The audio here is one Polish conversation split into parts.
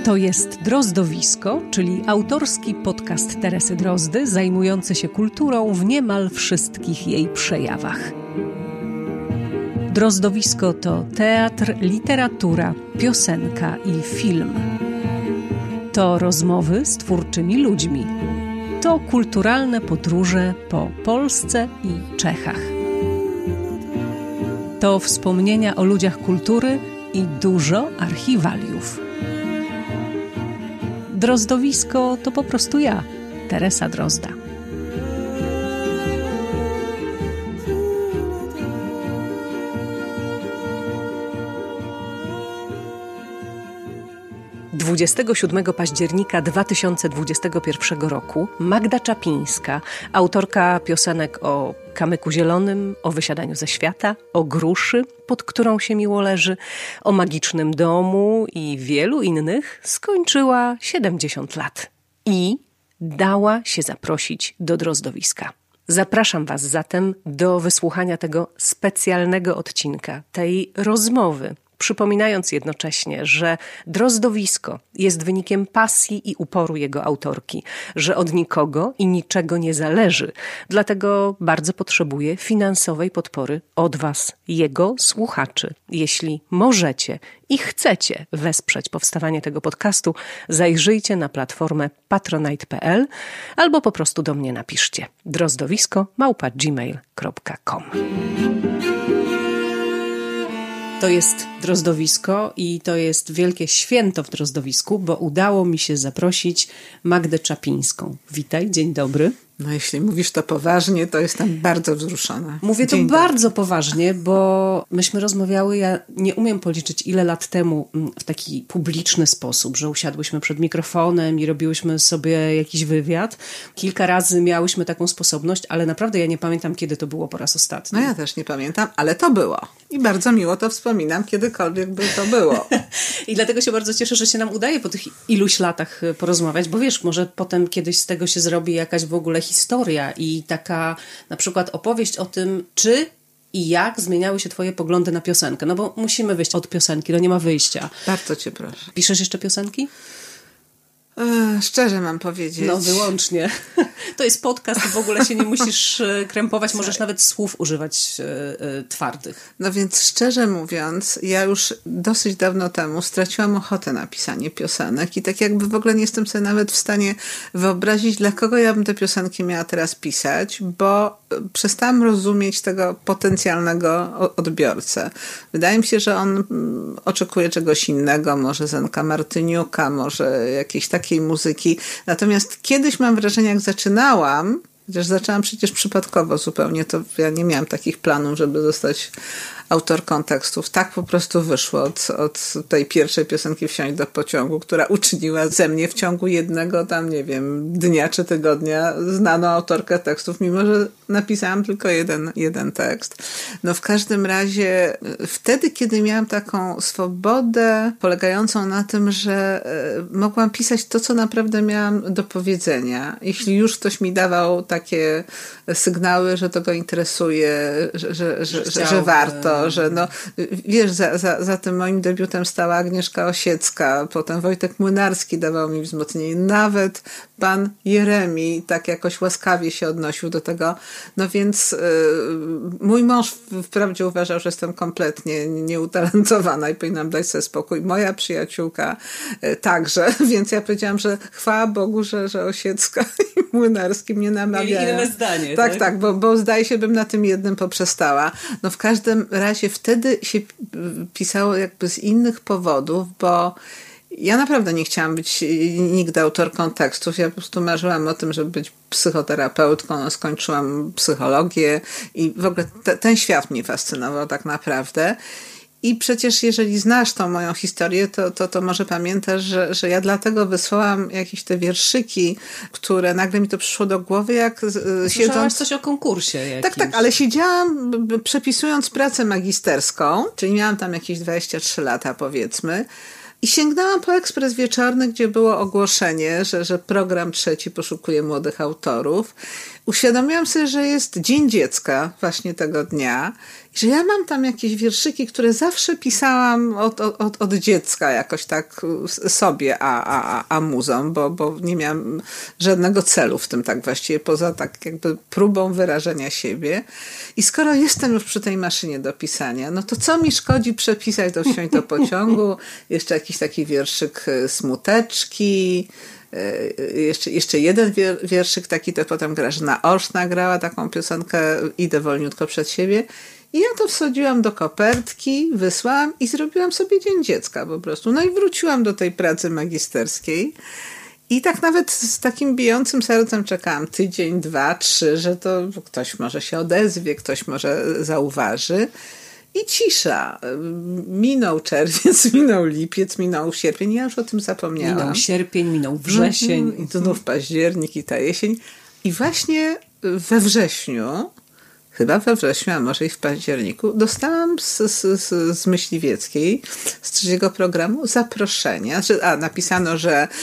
To jest Drozdowisko, czyli autorski podcast Teresy Drozdy, zajmujący się kulturą w niemal wszystkich jej przejawach. Drozdowisko to teatr, literatura, piosenka i film. To rozmowy z twórczymi ludźmi. To kulturalne podróże po Polsce i Czechach. To wspomnienia o ludziach kultury i dużo archiwaliów. Drozdowisko to po prostu ja, Teresa Drozda. Dwudziestego 7 października 2021 roku Magda Czapińska, autorka piosenek o kamyku zielonym, o wysiadaniu ze świata, o gruszy, pod którą się miło leży, o magicznym domu i wielu innych, skończyła 70 lat i dała się zaprosić do Drozdowiska. Zapraszam Was zatem do wysłuchania tego specjalnego odcinka, tej rozmowy, przypominając jednocześnie, że Drozdowisko jest wynikiem pasji i uporu jego autorki, że od nikogo i niczego nie zależy, dlatego bardzo potrzebuje finansowej podpory od Was, jego słuchaczy. Jeśli możecie i chcecie wesprzeć powstawanie tego podcastu, zajrzyjcie na platformę patronite.pl albo po prostu do mnie napiszcie drozdowisko@gmail.com. To jest Drozdowisko i to jest wielkie święto w Drozdowisku, bo udało mi się zaprosić Magdę Czapińską. Witaj, dzień dobry. No jeśli mówisz to poważnie, to jestem bardzo wzruszona. Mówię to bardzo poważnie, bo myśmy rozmawiały, ja nie umiem policzyć ile lat temu w taki publiczny sposób, że usiadłyśmy przed mikrofonem i robiłyśmy sobie jakiś wywiad. Kilka razy miałyśmy taką sposobność, ale naprawdę ja nie pamiętam, kiedy to było po raz ostatni. No ja też nie pamiętam, ale to było. I bardzo miło to wspominam, kiedykolwiek by to było. I dlatego się bardzo cieszę, że się nam udaje po tych iluś latach porozmawiać, bo wiesz, może potem kiedyś z tego się zrobi jakaś w ogóle historia i taka na przykład opowieść o tym, czy i jak zmieniały się twoje poglądy na piosenkę. No bo musimy wyjść od piosenki, no nie ma wyjścia. Bardzo cię proszę. Piszesz jeszcze piosenki? Szczerze mam powiedzieć. No wyłącznie. To jest podcast, w ogóle się nie musisz krępować, możesz nawet słów używać twardych. No więc szczerze mówiąc, ja już dosyć dawno temu straciłam ochotę na pisanie piosenek i tak jakby w ogóle nie jestem sobie nawet w stanie wyobrazić, dla kogo ja bym te piosenki miała teraz pisać, bo przestałam rozumieć tego potencjalnego odbiorcę. Wydaje mi się, że on oczekuje czegoś innego, może Zenka Martyniuka, może jakiejś takiej muzyki. Natomiast kiedyś mam wrażenie, jak zaczynałam, chociaż zaczęłam przecież przypadkowo zupełnie, to ja nie miałam takich planów, żeby zostać autorką tekstów. Tak po prostu wyszło od tej pierwszej piosenki Wsiąść do pociągu, która uczyniła ze mnie w ciągu jednego tam, nie wiem, dnia czy tygodnia znaną autorkę tekstów, mimo że napisałam tylko jeden tekst. No w każdym razie wtedy, kiedy miałam taką swobodę polegającą na tym, że mogłam pisać to, co naprawdę miałam do powiedzenia. Jeśli już ktoś mi dawał takie sygnały, że to go interesuje, że warto, że no, wiesz, za tym moim debiutem stała Agnieszka Osiecka, potem Wojtek Młynarski dawał mi wzmocnienie, nawet pan Jeremi tak jakoś łaskawie się odnosił do tego, no więc mój mąż wprawdzie uważał, że jestem kompletnie nieutalentowana i powinnam dać sobie spokój, moja przyjaciółka także, więc ja powiedziałam, że chwała Bogu, że Osiecka i Młynarski mnie namawiają. Mieli inne zdanie. Tak, bo zdaje się, bym na tym jednym poprzestała. No w każdym razie wtedy się pisało jakby z innych powodów, bo ja naprawdę nie chciałam być nigdy autorką tekstów. Ja po prostu marzyłam o tym, żeby być psychoterapeutką. No, skończyłam psychologię i w ogóle ten świat mnie fascynował tak naprawdę. I przecież jeżeli znasz tą moją historię, to może pamiętasz, że ja dlatego wysłałam jakieś te wierszyki, które nagle mi to przyszło do głowy, jak siedząc... coś o konkursie jakimś. Tak, ale siedziałam przepisując pracę magisterską, czyli miałam tam jakieś 23 lata powiedzmy, I sięgnęłam po Ekspres Wieczorny, gdzie było ogłoszenie, że program 3 poszukuje młodych autorów. Uświadomiłam sobie, że jest Dzień Dziecka właśnie tego dnia i że ja mam tam jakieś wierszyki, które zawsze pisałam od dziecka jakoś tak sobie, a muzą, bo nie miałam żadnego celu w tym tak właściwie, poza tak jakby próbą wyrażenia siebie. I skoro jestem już przy tej maszynie do pisania, no to co mi szkodzi przepisać do Wsiąść do pociągu, jeszcze jakiś taki wierszyk Smuteczki, jeszcze jeden wierszyk taki, to potem Grażyna Olsz nagrała taką piosenkę Idę wolniutko przed siebie. I ja to wsadziłam do kopertki, wysłałam i zrobiłam sobie Dzień Dziecka po prostu. No i wróciłam do tej pracy magisterskiej. I tak nawet z takim bijącym sercem czekałam tydzień, 2, 3, że to ktoś może się odezwie, ktoś może zauważy. I cisza. Minął czerwiec, minął lipiec, minął sierpień. Ja już o tym zapomniałam. Minął sierpień, minął wrzesień. I znów październik i ta jesień. I właśnie we wrześniu, chyba we wrześniu, a może i w październiku, dostałam z Myśliwieckiej, z 3. programu, zaproszenie. Napisano,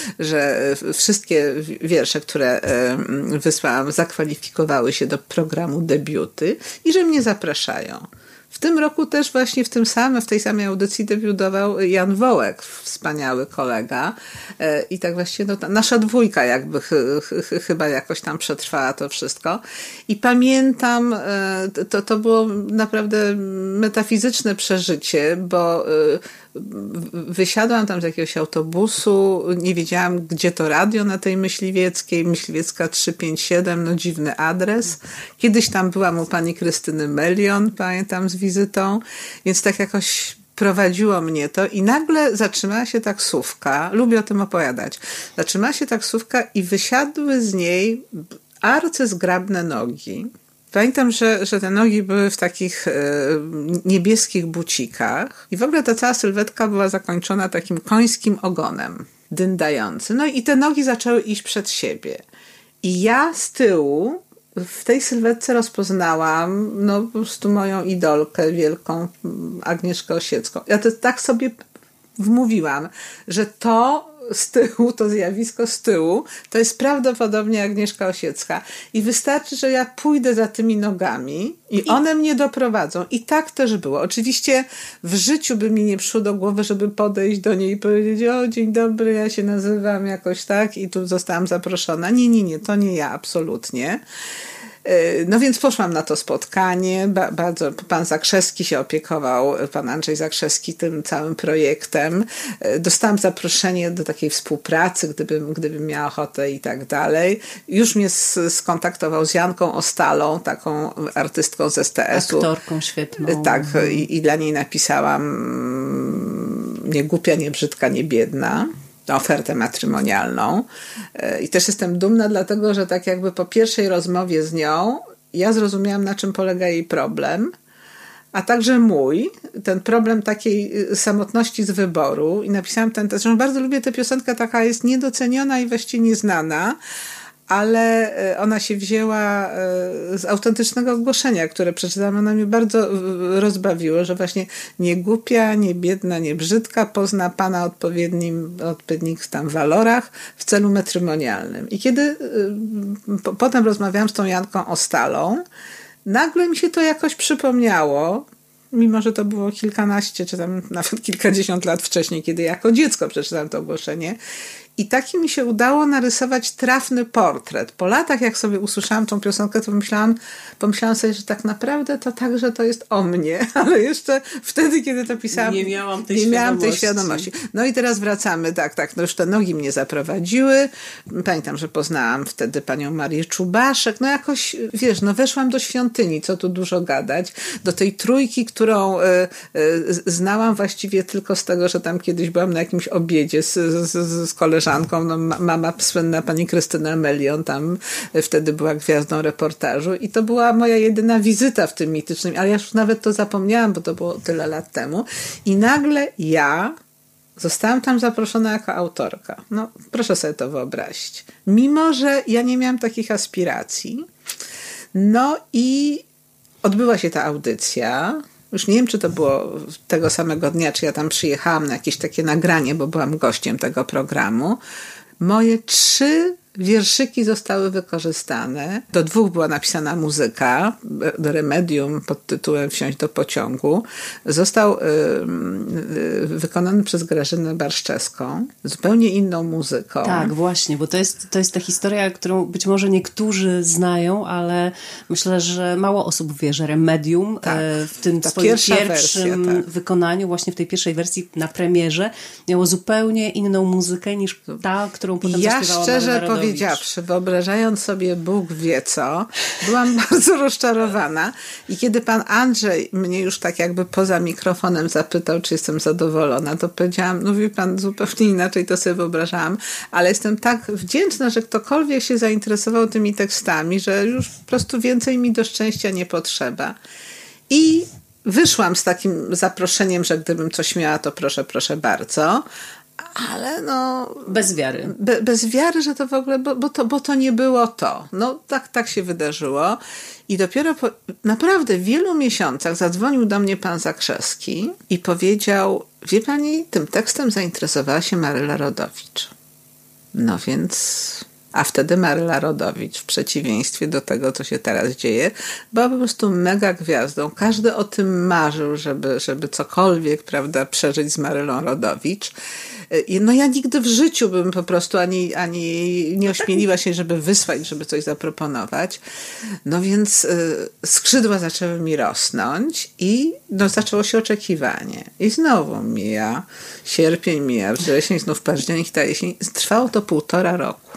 że wszystkie wiersze, które wysłałam, zakwalifikowały się do programu Debiuty i że mnie zapraszają. W tym roku też właśnie w tej samej audycji debiutował Jan Wołek, wspaniały kolega. I tak właśnie nasza dwójka jakby chyba jakoś tam przetrwała to wszystko. I pamiętam, to było naprawdę metafizyczne przeżycie, bo wysiadłam tam z jakiegoś autobusu, nie wiedziałam, gdzie to radio na tej Myśliwieckiej, Myśliwiecka 357, no dziwny adres. Kiedyś tam byłam u pani Krystyny Melion, pamiętam, z wizytą, więc tak jakoś prowadziło mnie to i nagle zatrzymała się taksówka, lubię o tym opowiadać, zatrzymała się taksówka i wysiadły z niej arcyzgrabne nogi. Pamiętam, że te nogi były w takich niebieskich bucikach i w ogóle ta cała sylwetka była zakończona takim końskim ogonem dyndającym. No i te nogi zaczęły iść przed siebie. I ja z tyłu w tej sylwetce rozpoznałam po prostu moją idolkę wielką, Agnieszkę Osiecką. Ja to tak sobie wmówiłam, że to z tyłu, to zjawisko z tyłu, to jest prawdopodobnie Agnieszka Osiecka. I wystarczy, że ja pójdę za tymi nogami i one mnie doprowadzą. I tak też było. Oczywiście w życiu by mi nie przyszło do głowy, żeby podejść do niej i powiedzieć: o, dzień dobry, ja się nazywam jakoś tak i tu zostałam zaproszona. Nie, to nie ja, absolutnie. No więc poszłam na to spotkanie, bardzo pan Zakrzewski się opiekował, pan Andrzej Zakrzewski tym całym projektem. Dostałam zaproszenie do takiej współpracy, gdybym miała ochotę i tak dalej. Już mnie skontaktował z Janką Ostalą, taką artystką z STS-u. Aktorką świetną. Tak, i dla niej napisałam Nie głupia, nie brzydka, nie biedna. Ofertę matrymonialną. I też jestem dumna, dlatego że tak jakby po pierwszej rozmowie z nią ja zrozumiałam, na czym polega jej problem, a także ten problem takiej samotności z wyboru. I napisałam zresztą bardzo lubię tę piosenkę, taka jest niedoceniona i właściwie nieznana, ale ona się wzięła z autentycznego ogłoszenia, które przeczytałam. Ona mnie bardzo rozbawiło, że właśnie nie głupia, nie biedna, nie brzydka, pozna pana odpowiednich tam walorach w celu matrymonialnym. I kiedy potem rozmawiałam z tą Janką Ostalą, nagle mi się to jakoś przypomniało, mimo że to było kilkanaście, czy tam nawet kilkadziesiąt lat wcześniej, kiedy jako dziecko przeczytałam to ogłoszenie. I taki mi się udało narysować trafny portret. Po latach, jak sobie usłyszałam tą piosenkę, to pomyślałam sobie, że tak naprawdę to także to jest o mnie, ale jeszcze wtedy, kiedy to pisałam, nie miałam tej świadomości. No i teraz wracamy, tak, no już te nogi mnie zaprowadziły. Pamiętam, że poznałam wtedy panią Marię Czubaszek. No jakoś, weszłam do świątyni, co tu dużo gadać, do tej trójki, którą znałam właściwie tylko z tego, że tam kiedyś byłam na jakimś obiedzie z koleżanką. Mama słynna pani Krystyna Melion tam wtedy była gwiazdą reportażu i to była moja jedyna wizyta w tym mitycznym, ale ja już nawet to zapomniałam, bo to było tyle lat temu. I nagle ja zostałam tam zaproszona jako autorka. No, proszę sobie to wyobrazić. Mimo że ja nie miałam takich aspiracji. No i odbyła się ta audycja. już nie wiem, czy to było tego samego dnia, czy ja tam przyjechałam na jakieś takie nagranie, bo byłam gościem tego programu. Moje 3 wierszyki zostały wykorzystane. Do 2 była napisana muzyka. Do Remedium pod tytułem Wsiąść do pociągu. Został wykonany przez Grażynę Barszczewską. Zupełnie inną muzyką. Tak, właśnie, bo to jest ta historia, którą być może niektórzy znają, ale myślę, że mało osób wie, że Remedium w tym swoim pierwszym wykonaniu, właśnie w tej pierwszej wersji na premierze, miało zupełnie inną muzykę niż ta, którą potem zaśpiewała szczerze powiedziawszy, wyobrażając sobie Bóg wie co, byłam bardzo rozczarowana i kiedy pan Andrzej mnie już tak jakby poza mikrofonem zapytał, czy jestem zadowolona, to powiedziałam, no wie pan, zupełnie inaczej to sobie wyobrażałam, ale jestem tak wdzięczna, że ktokolwiek się zainteresował tymi tekstami, że już po prostu więcej mi do szczęścia nie potrzeba. I wyszłam z takim zaproszeniem, że gdybym coś miała, to proszę bardzo. Ale no... Bez wiary. Bez wiary, że to w ogóle, bo to nie było to. No tak się wydarzyło. I dopiero po naprawdę wielu miesiącach zadzwonił do mnie pan Zakrzewski i powiedział, wie pani, tym tekstem zainteresowała się Maryla Rodowicz. No więc... A wtedy Maryla Rodowicz, w przeciwieństwie do tego, co się teraz dzieje, była po prostu mega gwiazdą. Każdy o tym marzył, żeby cokolwiek, prawda, przeżyć z Marylą Rodowicz. No ja nigdy w życiu bym po prostu ani nie ośmieliła się, żeby wysłać, żeby coś zaproponować. No więc skrzydła zaczęły mi rosnąć i no, zaczęło się oczekiwanie. I znowu mija sierpień, mija wrzesień, znów październik, ta jesień. Trwało to 1,5 roku.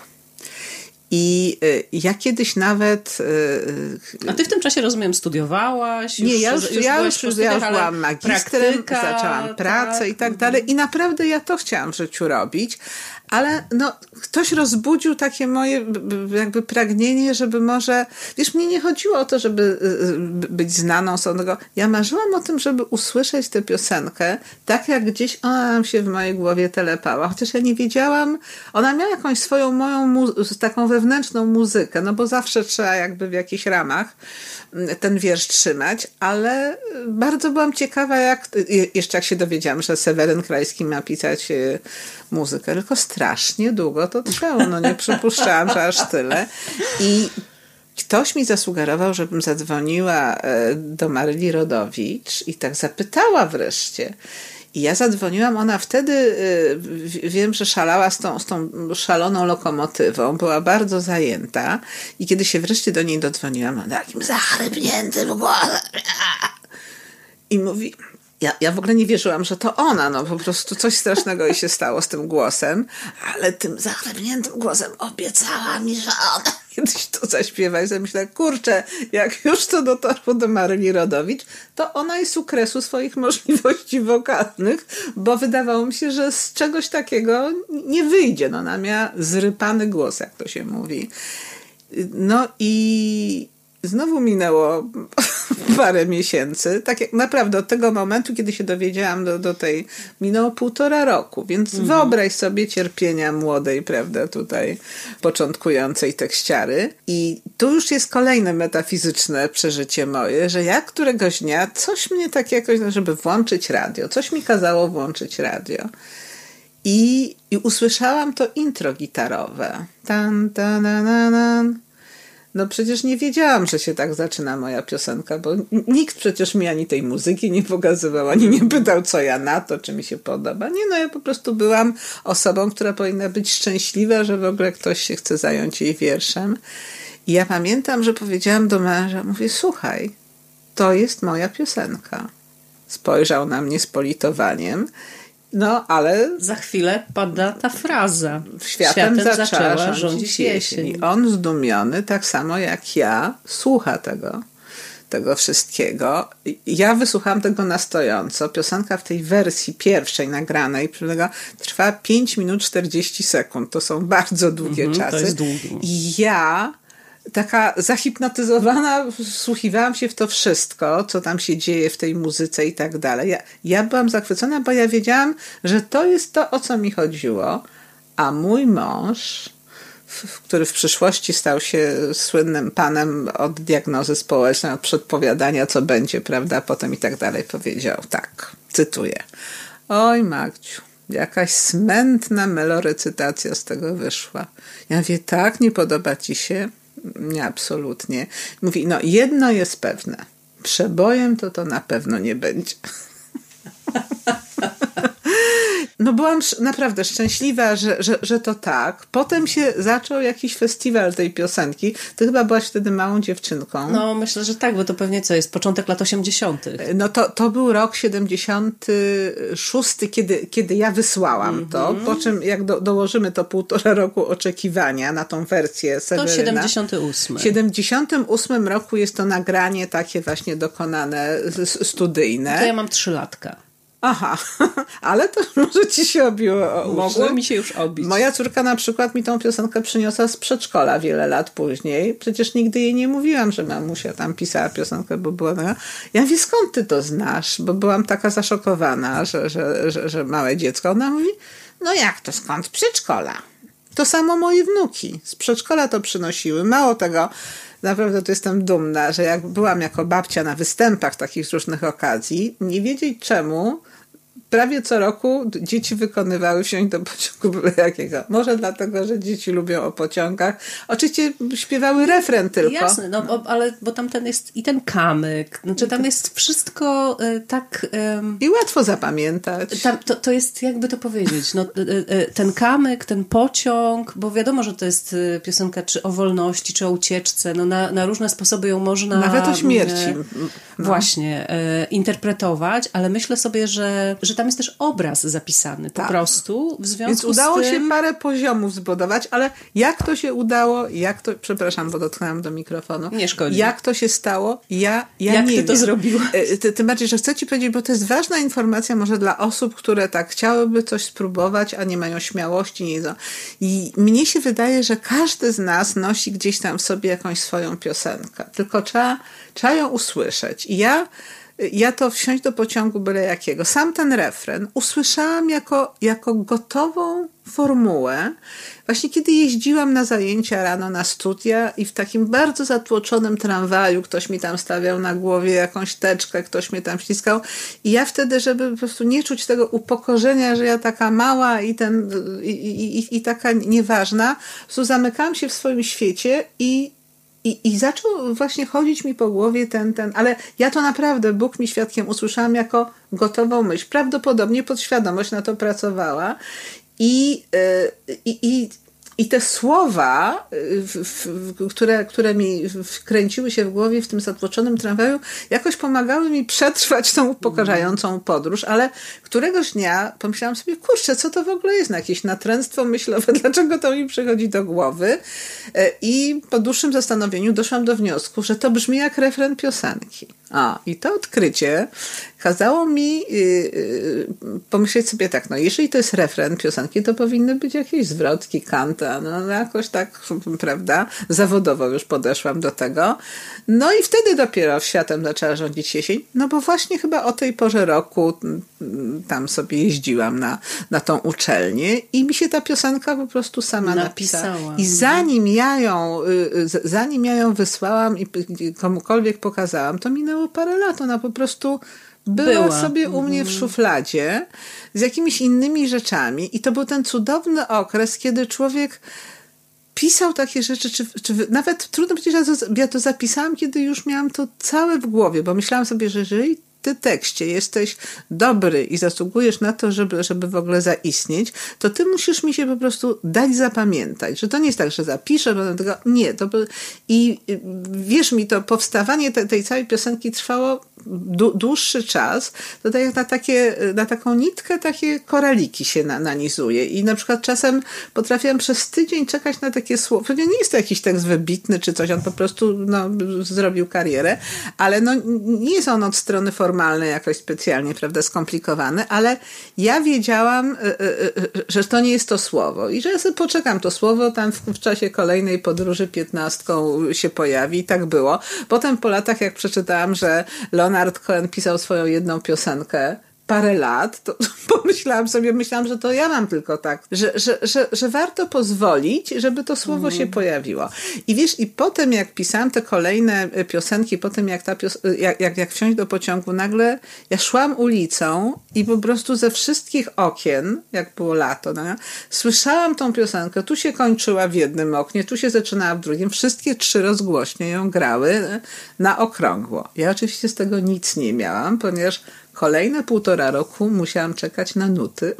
I ja kiedyś nawet... A ty w tym czasie, rozumiem, studiowałaś? Nie, ja już byłam magistrem, zaczęłam pracę i tak dalej. I naprawdę ja to chciałam w życiu robić. Ale no, ktoś rozbudził takie moje jakby pragnienie, żeby może... Wiesz, mnie nie chodziło o to, żeby być znaną osobą. Ja marzyłam o tym, żeby usłyszeć tę piosenkę tak, jak gdzieś ona nam się w mojej głowie telepała. Chociaż ja nie wiedziałam... Ona miała jakąś swoją moją taką wewnętrzną muzykę, no bo zawsze trzeba jakby w jakichś ramach ten wiersz trzymać, ale bardzo byłam ciekawa, jeszcze jak się dowiedziałam, że Seweryn Krajski ma pisać muzykę, tylko strasznie długo to trwało, no nie przypuszczałam, że aż tyle. I ktoś mi zasugerował, żebym zadzwoniła do Maryli Rodowicz i tak zapytała wreszcie. I ja zadzwoniłam, ona wtedy, wiem, że szalała z tą szaloną lokomotywą, była bardzo zajęta i kiedy się wreszcie do niej dodzwoniłam, on takim zachrypniętym głosem i mówi... Ja w ogóle nie wierzyłam, że to ona, no po prostu coś strasznego jej się stało z tym głosem, ale tym zachrypniętym głosem obiecała mi, że ona kiedyś to zaśpiewa. I sobie myślę, kurczę, jak już to dotarło do Maryli Rodowicz, to ona jest u kresu swoich możliwości wokalnych, bo wydawało mi się, że z czegoś takiego nie wyjdzie. No, ona miała zrypany głos, jak to się mówi. No i znowu minęło parę miesięcy, tak jak naprawdę od tego momentu, kiedy się dowiedziałam do tej, minęło 1,5 roku, więc wyobraź sobie cierpienia młodej, prawda, tutaj początkującej tekściary. I tu już jest kolejne metafizyczne przeżycie moje, że ja któregoś dnia coś mnie tak jakoś, żeby włączyć radio, coś mi kazało włączyć radio. I usłyszałam to intro gitarowe. Tan, tan, tan, tan. No przecież nie wiedziałam, że się tak zaczyna moja piosenka, bo nikt przecież mi ani tej muzyki nie pokazywał, ani nie pytał, co ja na to, czy mi się podoba. Nie, no ja po prostu byłam osobą, która powinna być szczęśliwa, że w ogóle ktoś się chce zająć jej wierszem. I ja pamiętam, że powiedziałam do męża, mówię, słuchaj, to jest moja piosenka. Spojrzał na mnie z politowaniem. No, ale... Za chwilę pada ta fraza. Światem zaczęła rządzić jesień. I on zdumiony, tak samo jak ja, słucha tego wszystkiego. Ja wysłuchałam tego na stojąco. Piosenka w tej wersji pierwszej nagranej trwa 5 minut 40 sekund. To są bardzo długie czasy. To jest długi. I ja... taka zahipnotyzowana, wsłuchiwałam się w to wszystko, co tam się dzieje w tej muzyce i tak dalej. Ja byłam zachwycona, bo ja wiedziałam, że to jest to, o co mi chodziło. A mój mąż który w przyszłości stał się słynnym panem od diagnozy społecznej, od przedpowiadania, co będzie, prawda, potem i tak dalej, powiedział tak, cytuję: oj, Magdziu, jakaś smętna melorecytacja z tego wyszła. Ja mówię: tak, nie podoba ci się? Nie, absolutnie. Mówi: no jedno jest pewne, przebojem to na pewno nie będzie. No byłam naprawdę szczęśliwa, że to tak. Potem się zaczął jakiś festiwal tej piosenki. Ty chyba byłaś wtedy małą dziewczynką. No myślę, że tak, bo to pewnie co jest? Początek lat 80. No to był rok 76, kiedy ja wysłałam to, po czym jak dołożymy to 1,5 roku oczekiwania na tą wersję Seweryna. To 78. W 78 roku jest to nagranie takie właśnie dokonane, studyjne. To ja mam 3 latka. Aha, ale to może ci się obiło o uszy. Mogło mi się już obić. Moja córka na przykład mi tą piosenkę przyniosła z przedszkola wiele lat później. Przecież nigdy jej nie mówiłam, że mamusia tam pisała piosenkę, bo była taka... Ja mówię: skąd ty to znasz? Bo byłam taka zaszokowana, że małe dziecko. Ona mówi: no jak to skąd? Z przedszkola. To samo moje wnuki. Z przedszkola to przynosiły. Mało tego, naprawdę to jestem dumna, że jak byłam jako babcia na występach takich z różnych okazji, nie wiedzieć czemu, prawie co roku dzieci wykonywały Wsiąść do pociągu byle jakiego. Może dlatego, że dzieci lubią o pociągach. Oczywiście śpiewały refren tylko. Jasne, no, ale bo tam jest i ten kamyk, znaczy tam jest wszystko tak... I łatwo zapamiętać. Tam, to jest, jakby to powiedzieć, no, ten kamyk, ten pociąg, bo wiadomo, że to jest piosenka czy o wolności, czy o ucieczce, no na różne sposoby ją można... Nawet o śmierci. Właśnie, interpretować, ale myślę sobie, że tam jest też obraz zapisany po prostu. W związku Więc udało z tym... się parę poziomów zbudować, ale jak to się udało, przepraszam, bo dotknęłam do mikrofonu. Nie szkodzi. Jak to się stało, ja nie wiem. Jak ty to zrobiłaś? Tym bardziej, że chcę ci powiedzieć, bo to jest ważna informacja może dla osób, które tak chciałyby coś spróbować, a nie mają śmiałości, nie wiedzą. I mnie się wydaje, że każdy z nas nosi gdzieś tam w sobie jakąś swoją piosenkę. Tylko trzeba ją usłyszeć. I ja to Wsiąść do pociągu byle jakiego. Sam ten refren usłyszałam jako gotową formułę. Właśnie kiedy jeździłam na zajęcia rano na studia i w takim bardzo zatłoczonym tramwaju ktoś mi tam stawiał na głowie jakąś teczkę, ktoś mnie tam ściskał i ja wtedy, żeby po prostu nie czuć tego upokorzenia, że ja taka mała i taka nieważna, po prostu zamykałam się w swoim świecie i zaczął właśnie chodzić mi po głowie ten, ale ja to naprawdę, Bóg mi świadkiem, usłyszałam jako gotową myśl. Prawdopodobnie podświadomość na to pracowała i te słowa, które mi kręciły się w głowie w tym zatłoczonym tramwaju, jakoś pomagały mi przetrwać tą upokarzającą podróż, ale któregoś dnia pomyślałam sobie: kurczę, co to w ogóle jest jakieś natręctwo myślowe, dlaczego to mi przychodzi do głowy? I po dłuższym zastanowieniu doszłam do wniosku, że to brzmi jak refren piosenki. I to odkrycie kazało mi pomyśleć sobie tak: no jeżeli to jest refren piosenki, to powinny być jakieś zwrotki, kanta, no jakoś tak, prawda, zawodowo już podeszłam do tego. No i wtedy dopiero światem zaczęła rządzić jesień, no bo właśnie chyba o tej porze roku tam sobie jeździłam na tą uczelnię i mi się ta piosenka po prostu sama napisała. I zanim ja ją wysłałam i komukolwiek pokazałam, to minęło parę lat. Ona po prostu była sobie u mnie w szufladzie z jakimiś innymi rzeczami i to był ten cudowny okres, kiedy człowiek pisał takie rzeczy, czy nawet trudno powiedzieć, że ja to zapisałam, kiedy już miałam to całe w głowie, bo myślałam sobie, że jeżeli ty tekście jesteś dobry i zasługujesz na to, żeby w ogóle zaistnieć, to ty musisz mi się po prostu dać zapamiętać, że to nie jest tak, że zapiszę, bo tego nie. I wierz mi, to powstawanie tej całej piosenki trwało dłuższy czas. To tak jak na taką nitkę takie koraliki się nanizuje i na przykład czasem potrafiłam przez tydzień czekać na takie słowo. Pewnie nie jest to jakiś tekst wybitny czy coś, on po prostu zrobił karierę, ale nie jest on od strony formalnej jakoś specjalnie, prawda, skomplikowany, ale ja wiedziałam, że to nie jest to słowo i że ja sobie poczekam, to słowo tam w czasie kolejnej podróży 15 się pojawi i tak było. Potem po latach, jak przeczytałam, że Leonard Cohen pisał swoją jedną piosenkę parę lat, to myślałam, że to ja mam tylko tak, że warto pozwolić, żeby to słowo się pojawiło. I wiesz, i potem jak pisałam te kolejne piosenki, potem jak wsiąść do pociągu, nagle ja szłam ulicą i po prostu ze wszystkich okien, jak było lato, no, słyszałam tą piosenkę, tu się kończyła w jednym oknie, tu się zaczynała w drugim, wszystkie 3 rozgłośnie ją grały na okrągło. Ja oczywiście z tego nic nie miałam, ponieważ kolejne 1,5 roku musiałam czekać na nuty,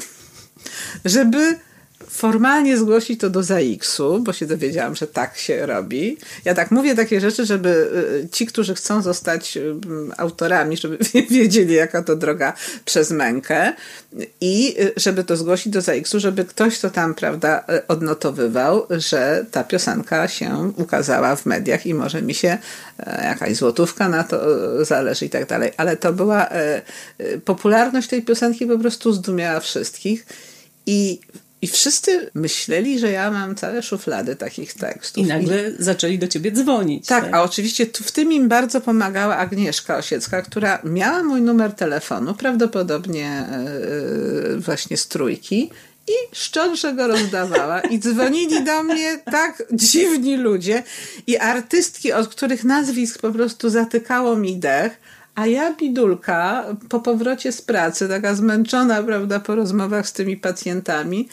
żeby formalnie zgłosić to do ZAIKS-u, bo się dowiedziałam, że tak się robi. Ja tak mówię takie rzeczy, żeby ci, którzy chcą zostać autorami, żeby wiedzieli, jaka to droga przez mękę i żeby to zgłosić do ZAIKS-u, żeby ktoś to tam, prawda, odnotowywał, że ta piosenka się ukazała w mediach i może mi się jakaś złotówka na to zależy i tak dalej. Ale to była popularność tej piosenki po prostu zdumiała wszystkich i wszyscy myśleli, że ja mam całe szuflady takich tekstów. I nagle zaczęli do ciebie dzwonić. Tak, a oczywiście w tym im bardzo pomagała Agnieszka Osiecka, która miała mój numer telefonu, prawdopodobnie właśnie z Trójki, i szczodrze go rozdawała. I dzwonili do mnie tak dziwni ludzie i artystki, od których nazwisk po prostu zatykało mi dech. A ja, bidulka, po powrocie z pracy, taka zmęczona, prawda, po rozmowach z tymi pacjentami,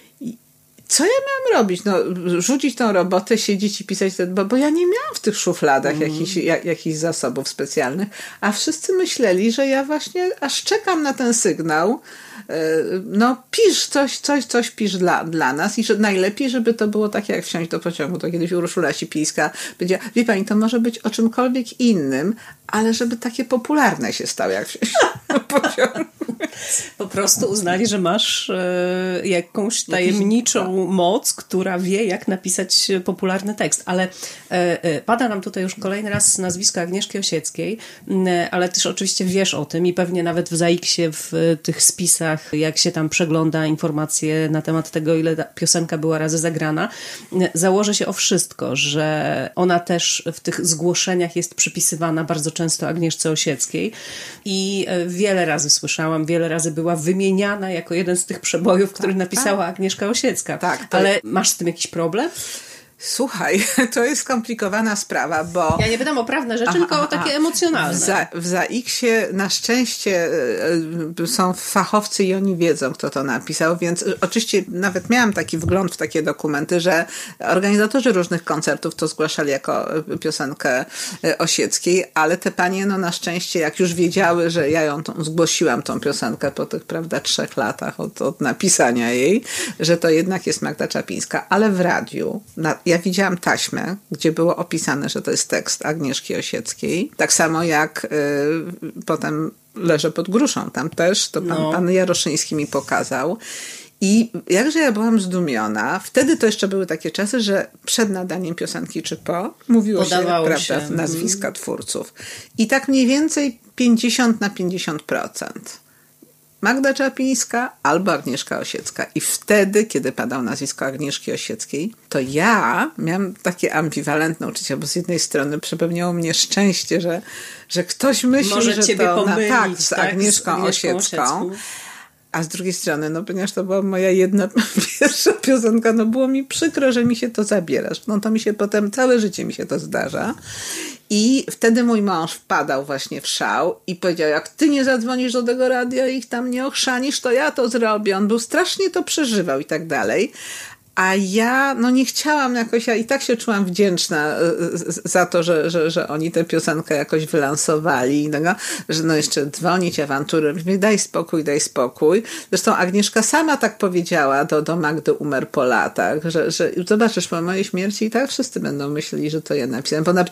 co ja miałam robić? No, rzucić tą robotę, siedzieć i pisać, bo ja nie miałam w tych szufladach jakichś zasobów specjalnych, a wszyscy myśleli, że ja właśnie aż czekam na ten sygnał, no pisz coś pisz dla nas i że najlepiej, żeby to było takie jak wsiąść do pociągu. To kiedyś Urszula Sipińska powiedziała, wie pani, to może być o czymkolwiek innym, ale żeby takie popularne się stało jak wsiąść do pociągu. Po prostu uznali, że masz jakąś tajemniczą moc, która wie, jak napisać popularny tekst. Ale pada nam tutaj już kolejny raz nazwisko Agnieszki Osieckiej, ale też oczywiście wiesz o tym i pewnie nawet w ZAIKS-ie, w tych spisach, jak się tam przegląda informacje na temat tego, ile ta piosenka była razy zagrana, założę się o wszystko, że ona też w tych zgłoszeniach jest przypisywana bardzo często Agnieszce Osieckiej i wiele razy słyszałam, wiele razy była wymieniana jako jeden z tych przebojów, który napisała Agnieszka Osiecka. Tak, ale masz z tym jakiś problem? Słuchaj, to jest skomplikowana sprawa, bo... Ja nie pytam o prawne rzeczy, tylko o takie emocjonalne. W ZAIKS-ie na szczęście są fachowcy i oni wiedzą, kto to napisał, więc oczywiście nawet miałam taki wgląd w takie dokumenty, że organizatorzy różnych koncertów to zgłaszali jako piosenkę Osieckiej, ale te panie, no na szczęście, jak już wiedziały, że ja ją zgłosiłam tą piosenkę po tych, prawda, 3 latach od napisania jej, że to jednak jest Magda Czapińska, ale w radiu ja widziałam taśmę, gdzie było opisane, że to jest tekst Agnieszki Osieckiej. Tak samo jak potem Leżę pod gruszą. Tam też to pan Jaroszyński mi pokazał. I jakże ja byłam zdumiona. Wtedy to jeszcze były takie czasy, że przed nadaniem piosenki czy po mówiło podawało się, prawda, nazwiska twórców. I tak mniej więcej 50/50%. Magda Czapińska albo Agnieszka Osiecka. I wtedy, kiedy padało nazwisko Agnieszki Osieckiej, to ja miałam takie ambiwalentne uczucie, bo z jednej strony przepełniało mnie szczęście, że ktoś myśli, może że ciebie to pomylić, z Agnieszką Osiecką. A z drugiej strony, no ponieważ to była moja jedna pierwsza piosenka, no było mi przykro, że mi się to zabierasz. No to mi się potem, całe życie mi się to zdarza. I wtedy mój mąż wpadał właśnie w szał i powiedział, jak ty nie zadzwonisz do tego radia i ich tam nie ochrzanisz, to ja to zrobię. On był strasznie to przeżywał i tak dalej. A ja no nie chciałam jakoś, ja i tak się czułam wdzięczna za to, że oni tę piosenkę jakoś wylansowali, że no jeszcze dzwonić, awantury, daj spokój. Zresztą Agnieszka sama tak powiedziała do Magdy Umer po latach, że zobaczysz, po mojej śmierci i tak wszyscy będą myśleli, że to ja napisałam. Bo ona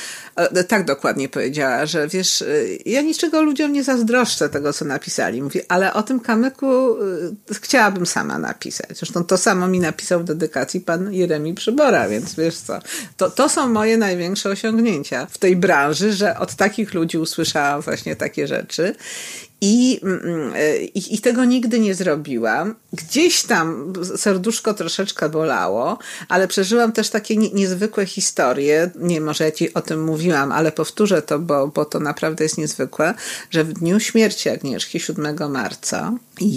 tak dokładnie powiedziała, że wiesz, ja niczego ludziom nie zazdroszczę tego, co napisali. Mówi, ale o tym kamyku chciałabym sama napisać. Zresztą to samo mi napisał w dedykacji pan Jeremi Przybora, więc wiesz co, to są moje największe osiągnięcia w tej branży, że od takich ludzi usłyszałam właśnie takie rzeczy. I tego nigdy nie zrobiłam. Gdzieś tam serduszko troszeczkę bolało, ale przeżyłam też takie niezwykłe historie. Nie, może ja ci o tym mówiłam, ale powtórzę to, bo to naprawdę jest niezwykłe, że w dniu śmierci Agnieszki 7 marca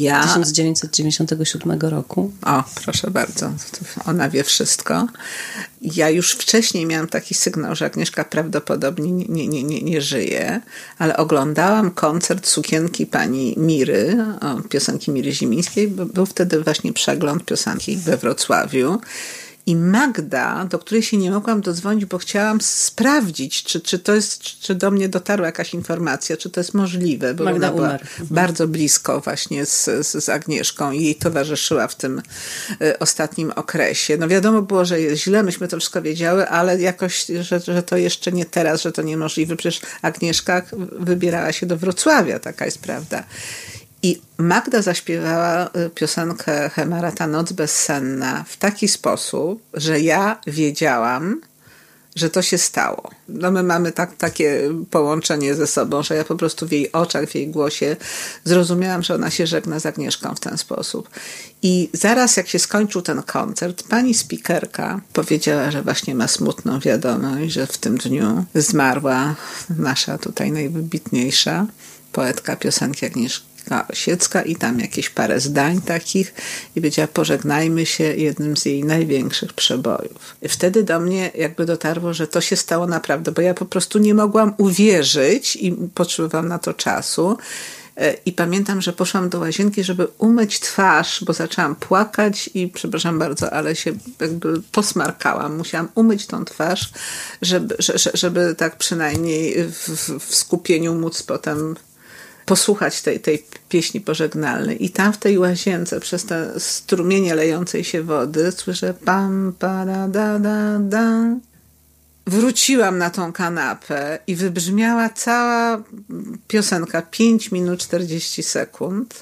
1997 roku. O, proszę bardzo. Ona wie wszystko. Ja już wcześniej miałam taki sygnał, że Agnieszka prawdopodobnie nie żyje, ale oglądałam koncert Sukienki pani Miry, piosenki Miry Zimińskiej. Był wtedy właśnie przegląd piosenki we Wrocławiu. I Magda, do której się nie mogłam dodzwonić, bo chciałam sprawdzić, czy do mnie dotarła jakaś informacja, czy to jest możliwe, bo Magda ona była umarł. bardzo blisko właśnie z Agnieszką i jej towarzyszyła w tym ostatnim okresie. No wiadomo było, że jest źle, myśmy to wszystko wiedziały, ale jakoś, że to jeszcze nie teraz, że to niemożliwe. Przecież Agnieszka wybierała się do Wrocławia, taka jest prawda. I Magda zaśpiewała piosenkę Hemera Ta noc bezsenna w taki sposób, że ja wiedziałam, że to się stało. No my mamy takie połączenie ze sobą, że ja po prostu w jej oczach, w jej głosie zrozumiałam, że ona się żegna z Agnieszką w ten sposób. I zaraz jak się skończył ten koncert, pani spikerka powiedziała, że właśnie ma smutną wiadomość, że w tym dniu zmarła nasza tutaj najwybitniejsza poetka piosenki Agnieszka Osiecka i tam jakieś parę zdań takich i powiedziała, pożegnajmy się jednym z jej największych przebojów. I wtedy do mnie jakby dotarło, że to się stało naprawdę, bo ja po prostu nie mogłam uwierzyć i potrzebowałam na to czasu. I pamiętam, że poszłam do łazienki, żeby umyć twarz, bo zaczęłam płakać i przepraszam bardzo, ale się jakby posmarkałam. Musiałam umyć tą twarz, żeby tak przynajmniej w skupieniu móc potem posłuchać tej pieśni pożegnalnej. I tam w tej łazience przez te strumienie lejącej się wody słyszę pam, para, da, da, da. Wróciłam na tą kanapę i wybrzmiała cała piosenka 5 minut 40 sekund,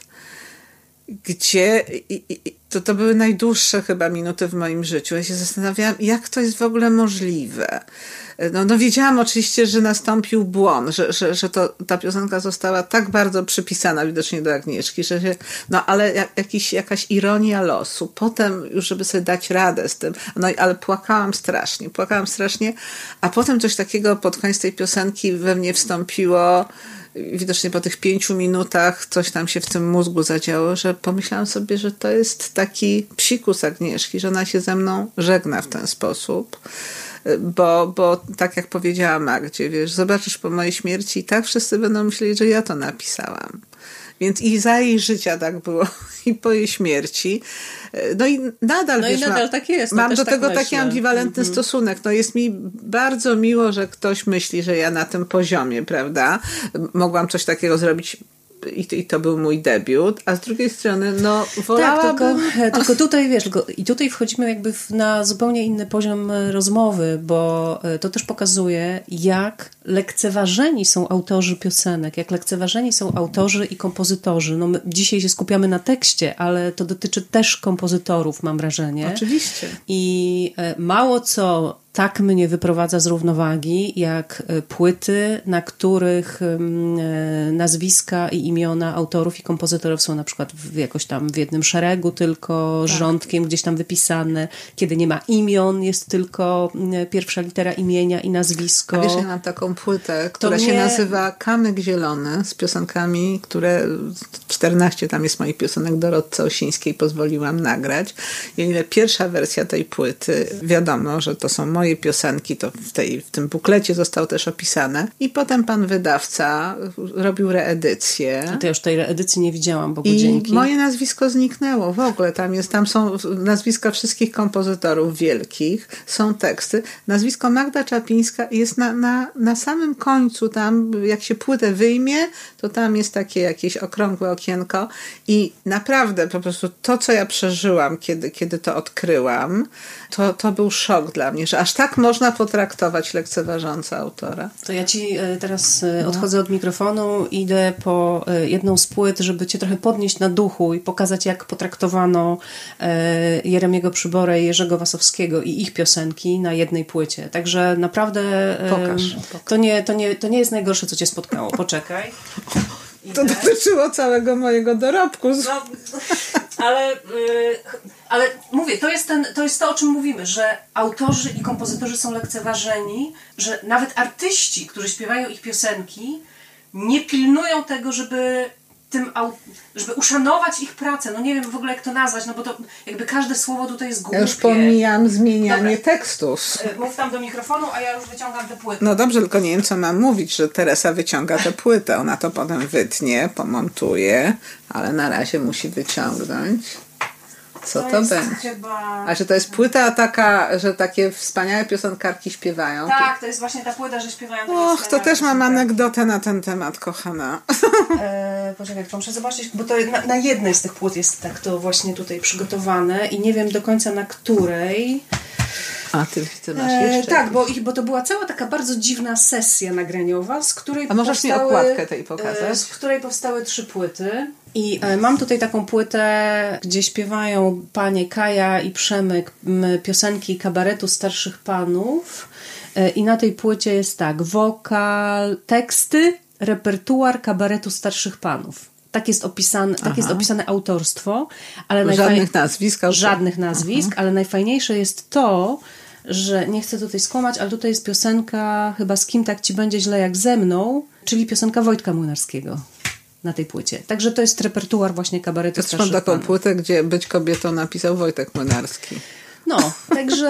gdzie to były najdłuższe chyba minuty w moim życiu. Ja się zastanawiałam, jak to jest w ogóle możliwe. No wiedziałam oczywiście, że nastąpił błąd, że ta piosenka została tak bardzo przypisana widocznie do Agnieszki, że się, no ale jakaś ironia losu. Potem już, żeby sobie dać radę z tym, no ale płakałam strasznie, a potem coś takiego pod koniec tej piosenki we mnie wstąpiło. Widocznie po tych 5 minutach coś tam się w tym mózgu zadziało, że pomyślałam sobie, że to jest taki psikus Agnieszki, że ona się ze mną żegna w ten sposób. Bo tak jak powiedziała Magdzie, wiesz, zobaczysz po mojej śmierci i tak wszyscy będą myśleli, że ja to napisałam. Więc i za jej życia tak było, i po jej śmierci. No i nadal, no wiesz, i nadal tak jest. Mam do tego taki ambiwalentny stosunek. No jest mi bardzo miło, że ktoś myśli, że ja na tym poziomie, prawda, mogłam coś takiego zrobić. I to był mój debiut, a z drugiej strony no wolałabym... Tak, tylko tutaj wiesz, i tutaj wchodzimy jakby na zupełnie inny poziom rozmowy, bo to też pokazuje, jak lekceważeni są autorzy piosenek, jak lekceważeni są autorzy i kompozytorzy. No my dzisiaj się skupiamy na tekście, ale to dotyczy też kompozytorów, mam wrażenie. Oczywiście. I mało co tak mnie wyprowadza z równowagi, jak płyty, na których nazwiska i imiona autorów i kompozytorów są na przykład jakoś tam w jednym szeregu, tylko tak, rządkiem gdzieś tam wypisane. Kiedy nie ma imion, jest tylko pierwsza litera imienia i nazwisko. A wiesz, ja mam taką płytę, która się nazywa Kamyk Zielony z piosenkami, które 14 tam jest moich piosenek Dorotce Osińskiej pozwoliłam nagrać. I o ile pierwsza wersja tej płyty, wiadomo, że to są moje piosenki, to w tym buklecie zostało też opisane. I potem pan wydawca robił reedycję. A to ja już tej reedycji nie widziałam, Bogu dzięki. I moje nazwisko zniknęło w ogóle. Tam są nazwiska wszystkich kompozytorów wielkich, są teksty. Nazwisko Magda Czapińska jest na samym końcu tam, jak się płytę wyjmie, to tam jest takie jakieś okrągłe okienko i naprawdę po prostu to, co ja przeżyłam, kiedy to odkryłam, to był szok dla mnie, że aż tak można potraktować lekceważąco autora. To ja ci teraz odchodzę od mikrofonu, idę po jedną z płyt, żeby cię trochę podnieść na duchu i pokazać, jak potraktowano Jeremiego Przyborę i Jerzego Wasowskiego i ich piosenki na jednej płycie. Także naprawdę Pokaż. To nie jest najgorsze, co cię spotkało. Poczekaj. To dotyczyło całego mojego dorobku. No, ale mówię, to jest to, o czym mówimy, że autorzy i kompozytorzy są lekceważeni, że nawet artyści, którzy śpiewają ich piosenki, nie pilnują tego, żeby uszanować ich pracę. No nie wiem w ogóle jak to nazwać, no bo to jakby każde słowo tutaj jest głupie. Ja już pomijam zmienianie tekstów. Mów tam do mikrofonu, a ja już wyciągam tę płytę. No dobrze, tylko nie wiem co mam mówić, że Teresa wyciąga tę płytę. Ona to potem wytnie, pomontuje, ale na razie musi wyciągnąć. Co to będzie? Chyba... A że to jest płyta taka, że takie wspaniałe piosenkarki śpiewają? Tak, to jest właśnie ta płyta, że śpiewają takie Och, to też mam anegdotę na ten temat, kochana. Poczekaj, muszę zobaczyć, bo to na jednej z tych płyt jest tak to właśnie tutaj przygotowane i nie wiem do końca na której. A ty widzę, masz jeszcze. Tak, bo to była cała taka bardzo dziwna sesja nagraniowa, z której A możesz mi okładkę tej pokazać? Z której powstały 3 płyty. I mam tutaj taką płytę, gdzie śpiewają panie Kaja i Przemyk piosenki kabaretu starszych panów. I na tej płycie jest tak, wokal, teksty, repertuar kabaretu starszych panów. Tak jest opisane autorstwo. Ale żadnych nazwisk. Żadnych nazwisk, ale najfajniejsze jest to, że nie chcę tutaj skłamać, ale tutaj jest piosenka chyba Z kim tak ci będzie źle jak ze mną, czyli piosenka Wojtka Młynarskiego na tej płycie. Także to jest repertuar właśnie kabaretu starszych panów. Mam taką płytę, gdzie Być kobietą napisał Wojtek Młynarski. No, także...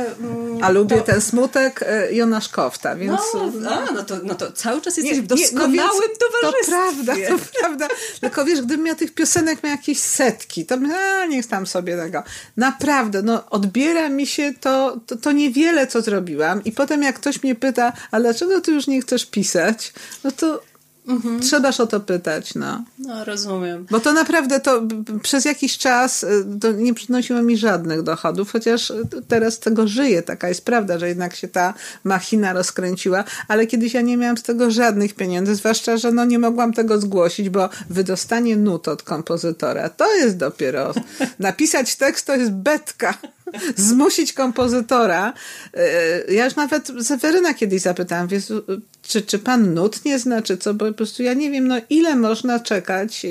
A lubię ten smutek Jonasz Kofta, więc... No to cały czas jesteś w doskonałym towarzystwie. To prawda. Tylko wiesz, gdybym miał tych piosenek miał jakieś setki, to niech tam sobie tego. Naprawdę, odbiera mi się to niewiele, co zrobiłam. I potem jak ktoś mnie pyta, a dlaczego ty już nie chcesz pisać? No to trzeba o to pytać, no. No, rozumiem. Bo to naprawdę przez jakiś czas to nie przynosiło mi żadnych dochodów, chociaż teraz z tego żyję. Taka jest prawda, że jednak się ta machina rozkręciła, ale kiedyś ja nie miałam z tego żadnych pieniędzy, zwłaszcza, że nie mogłam tego zgłosić, bo wydostanie nut od kompozytora to jest dopiero... Napisać tekst to jest betka. Zmusić kompozytora. Ja już nawet Seweryna kiedyś zapytałam, czy pan nut nie zna, czy co, bo po prostu ja nie wiem, ile można czekać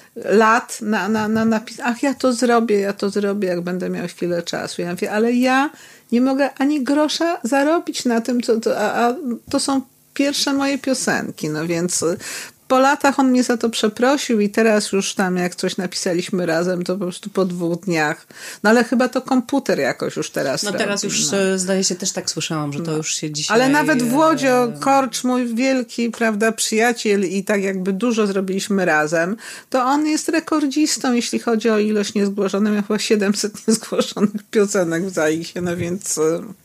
lat na napis. Ach, ja to zrobię, jak będę miał chwilę czasu. Ja mówię, ale ja nie mogę ani grosza zarobić na tym, a to są pierwsze moje piosenki, więc... Po latach on mnie za to przeprosił i teraz już tam jak coś napisaliśmy razem, to po prostu po 2 dniach. No ale chyba to komputer jakoś już teraz robi. Teraz już zdaje się, też tak słyszałam, że to już się dzisiaj... Ale nawet Włodzio Korcz, mój wielki, prawda, przyjaciel i tak jakby dużo zrobiliśmy razem, to on jest rekordzistą, jeśli chodzi o ilość niezgłoszonych. Miał chyba 700 niezgłoszonych piosenek w Zaisie, więc...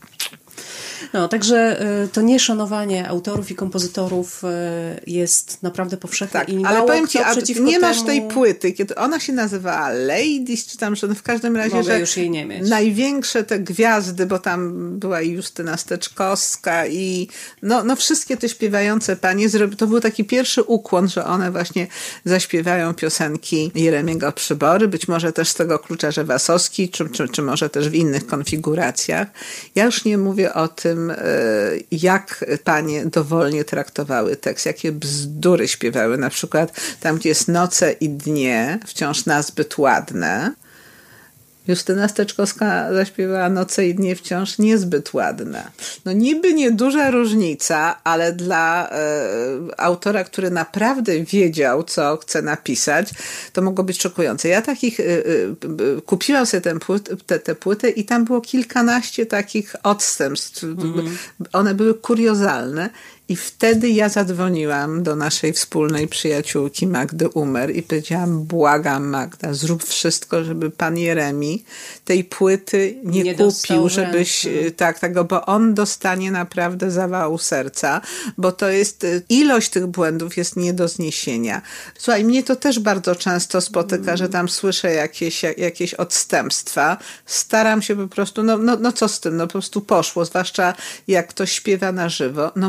No, także to nieszanowanie autorów i kompozytorów jest naprawdę powszechne. Tak, i ale powiem ci, nie masz temu... tej płyty, kiedy ona się nazywała Ladies, czy tam, że w każdym razie, Mogę że już jej nie mieć. Największe te gwiazdy, bo tam była i Justyna Steczkowska i wszystkie te śpiewające panie, to był taki pierwszy ukłon, że one właśnie zaśpiewają piosenki Jeremiego Przybory, być może też z tego Kluczarze Wasowski, czy może też w innych konfiguracjach. Ja już nie mówię o tym, jak panie dowolnie traktowały tekst, jakie bzdury śpiewały. Na przykład tam, gdzie jest noce i dnie, wciąż nazbyt ładne. Justyna Steczkowska zaśpiewała Noce i dnie wciąż niezbyt ładne. Niby nieduża różnica, ale dla autora, który naprawdę wiedział, co chce napisać, to mogło być szokujące. Ja takich kupiłam sobie tę płytę i tam było kilkanaście takich odstępstw. One były kuriozalne. I wtedy ja zadzwoniłam do naszej wspólnej przyjaciółki Magdy Umer i powiedziałam, błagam Magda, zrób wszystko, żeby pan Jeremi tej płyty nie kupił, żebyś bo on dostanie naprawdę zawału serca, bo to jest, ilość tych błędów jest nie do zniesienia. Słuchaj, mnie to też bardzo często spotyka, że tam słyszę jakieś odstępstwa. Staram się po prostu, co z tym, po prostu poszło, zwłaszcza jak ktoś śpiewa na żywo, mógł po prostu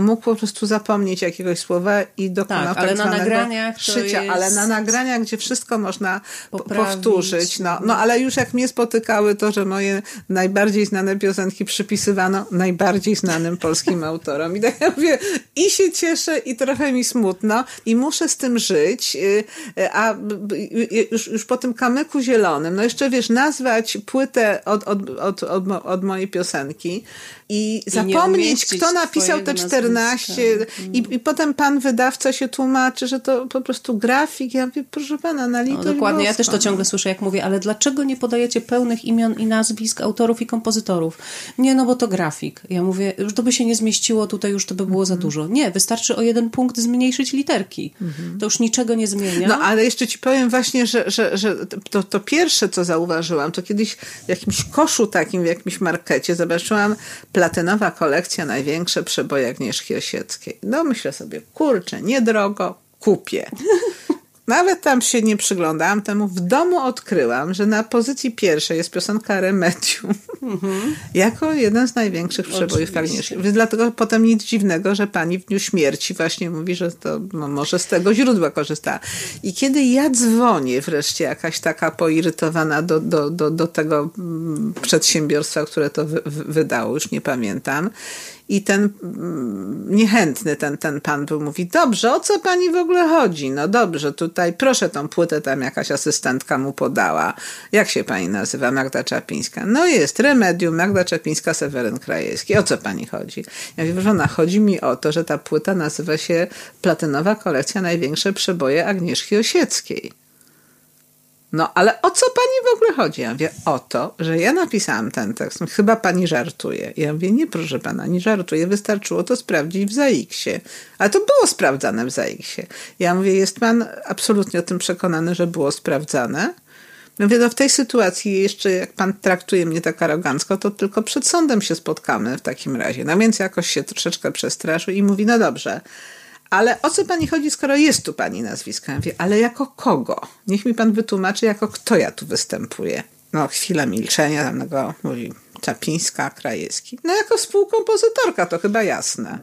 prostu zapomnieć jakiegoś słowa i dokonał tak zwanego szycia. Ale na nagraniach, gdzie wszystko można powtórzyć. No ale już jak mnie spotykały to, że moje najbardziej znane piosenki przypisywano najbardziej znanym polskim autorom. I tak ja mówię, i się cieszę, i trochę mi smutno, i muszę z tym żyć. A już po tym kamyku zielonym, no jeszcze wiesz, nazwać płytę od mojej piosenki i zapomnieć, kto napisał te 14 i potem pan wydawca się tłumaczy, że to po prostu grafik. Ja mówię, proszę pana, na litość dokładnie, boską. Ja też to ciągle słyszę, jak mówię, ale dlaczego nie podajecie pełnych imion i nazwisk autorów i kompozytorów? Nie, no bo to grafik. Ja mówię, już to by się nie zmieściło, tutaj już to by było za dużo. Nie, wystarczy o 1 punkt zmniejszyć literki. To już niczego nie zmienia. No ale jeszcze ci powiem właśnie, że to pierwsze, co zauważyłam, to kiedyś w jakimś koszu takim, w jakimś markecie zobaczyłam platynowa kolekcja największe przeboje Agnieszki Osieckiej. No myślę sobie, kurczę, niedrogo, kupię. Nawet tam się nie przyglądałam temu. W domu odkryłam, że na pozycji pierwszej jest piosenka Remedium. Jako jeden z największych przebojów Agnieszki. Więc dlatego potem nic dziwnego, że pani w dniu śmierci właśnie mówi, że to może z tego źródła korzystała. I kiedy ja dzwonię wreszcie jakaś taka poirytowana do tego przedsiębiorstwa, które to wydało, już nie pamiętam, i ten niechętny ten pan był, mówi, dobrze, o co pani w ogóle chodzi? No dobrze, tutaj proszę tą płytę, tam jakaś asystentka mu podała. Jak się pani nazywa? Magda Czapińska. No jest, Remedium, Magda Czapińska, Seweryn Krajewski. O co pani chodzi? Ja mówię, żona, chodzi mi o to, że ta płyta nazywa się Platynowa kolekcja największe przeboje Agnieszki Osieckiej. No, ale o co pani w ogóle chodzi? Ja mówię, o to, że ja napisałam ten tekst. Chyba pani żartuje. Ja mówię, nie, proszę pana, nie żartuję. Wystarczyło to sprawdzić w ZAIKS-ie. Ale to było sprawdzane w ZAIKS-ie. Ja mówię, jest pan absolutnie o tym przekonany, że było sprawdzane? Mówię, no w tej sytuacji jeszcze jak pan traktuje mnie tak arogancko, to tylko przed sądem się spotkamy w takim razie. No więc jakoś się troszeczkę przestraszył i mówi, no dobrze, ale o co pani chodzi, skoro jest tu pani nazwisko? Ja mówię, ale jako kogo? Niech mi pan wytłumaczy, jako kto ja tu występuję. No chwila milczenia, tam go mówi Czapińska, Krajewski. No jako współkompozytorka, to chyba jasne.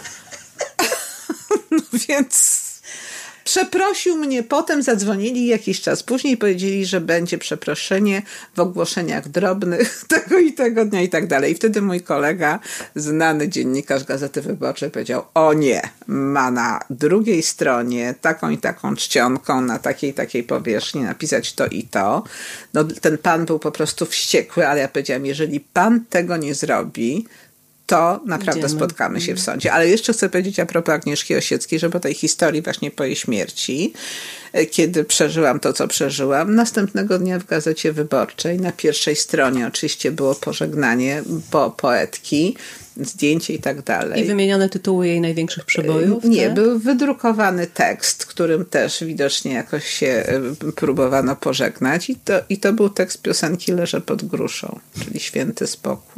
No więc przeprosił mnie, potem zadzwonili jakiś czas później, powiedzieli, że będzie przeproszenie w ogłoszeniach drobnych tego dnia i tak dalej. I wtedy mój kolega, znany dziennikarz Gazety Wyborczej, powiedział, o nie, ma na drugiej stronie taką i taką czcionką na takiej powierzchni napisać to i to. No, ten pan był po prostu wściekły, ale ja powiedziałam, jeżeli pan tego nie zrobi, to naprawdę spotkamy się w sądzie. Ale jeszcze chcę powiedzieć a propos Agnieszki Osieckiej, że po tej historii właśnie po jej śmierci, kiedy przeżyłam to, co przeżyłam, następnego dnia w Gazecie Wyborczej na pierwszej stronie oczywiście było pożegnanie poetki, zdjęcie i tak dalej. I wymienione tytuły jej największych przebojów? Nie, był wydrukowany tekst, którym też widocznie jakoś się próbowano pożegnać i to był tekst piosenki Leżę pod gruszą, czyli Święty Spokój.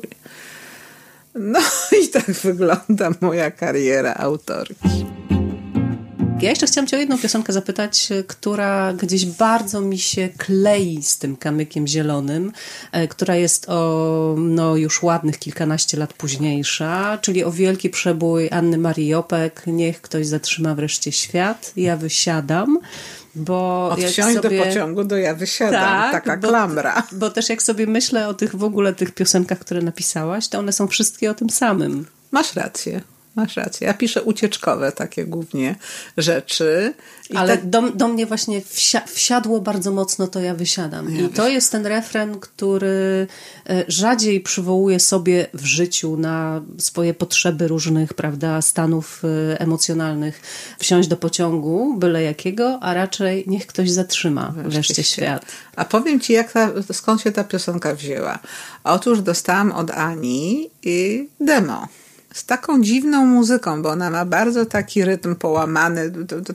No i tak wygląda moja kariera autorki. Ja jeszcze chciałam cię o jedną piosenkę zapytać, która gdzieś bardzo mi się klei z tym kamykiem zielonym, która jest już ładnych kilkanaście lat późniejsza, czyli o wielki przebój Anny Marii Jopek, Niech ktoś zatrzyma wreszcie świat, ja wysiadam. Bo od wsiąść do pociągu do ja wysiadam, taka klamra. Bo też jak sobie myślę o tych piosenkach, które napisałaś, to one są wszystkie o tym samym. Masz rację. Ja piszę ucieczkowe takie głównie rzeczy. Ale do mnie właśnie wsiadło bardzo mocno to ja wysiadam. I to jest ten refren, który rzadziej przywołuję sobie w życiu na swoje potrzeby różnych, prawda, stanów emocjonalnych. Wsiąść do pociągu, byle jakiego, a raczej niech ktoś zatrzyma wreszcie świat. A powiem ci, skąd się ta piosenka wzięła. Otóż dostałam od Ani demo. Z taką dziwną muzyką, bo ona ma bardzo taki rytm połamany.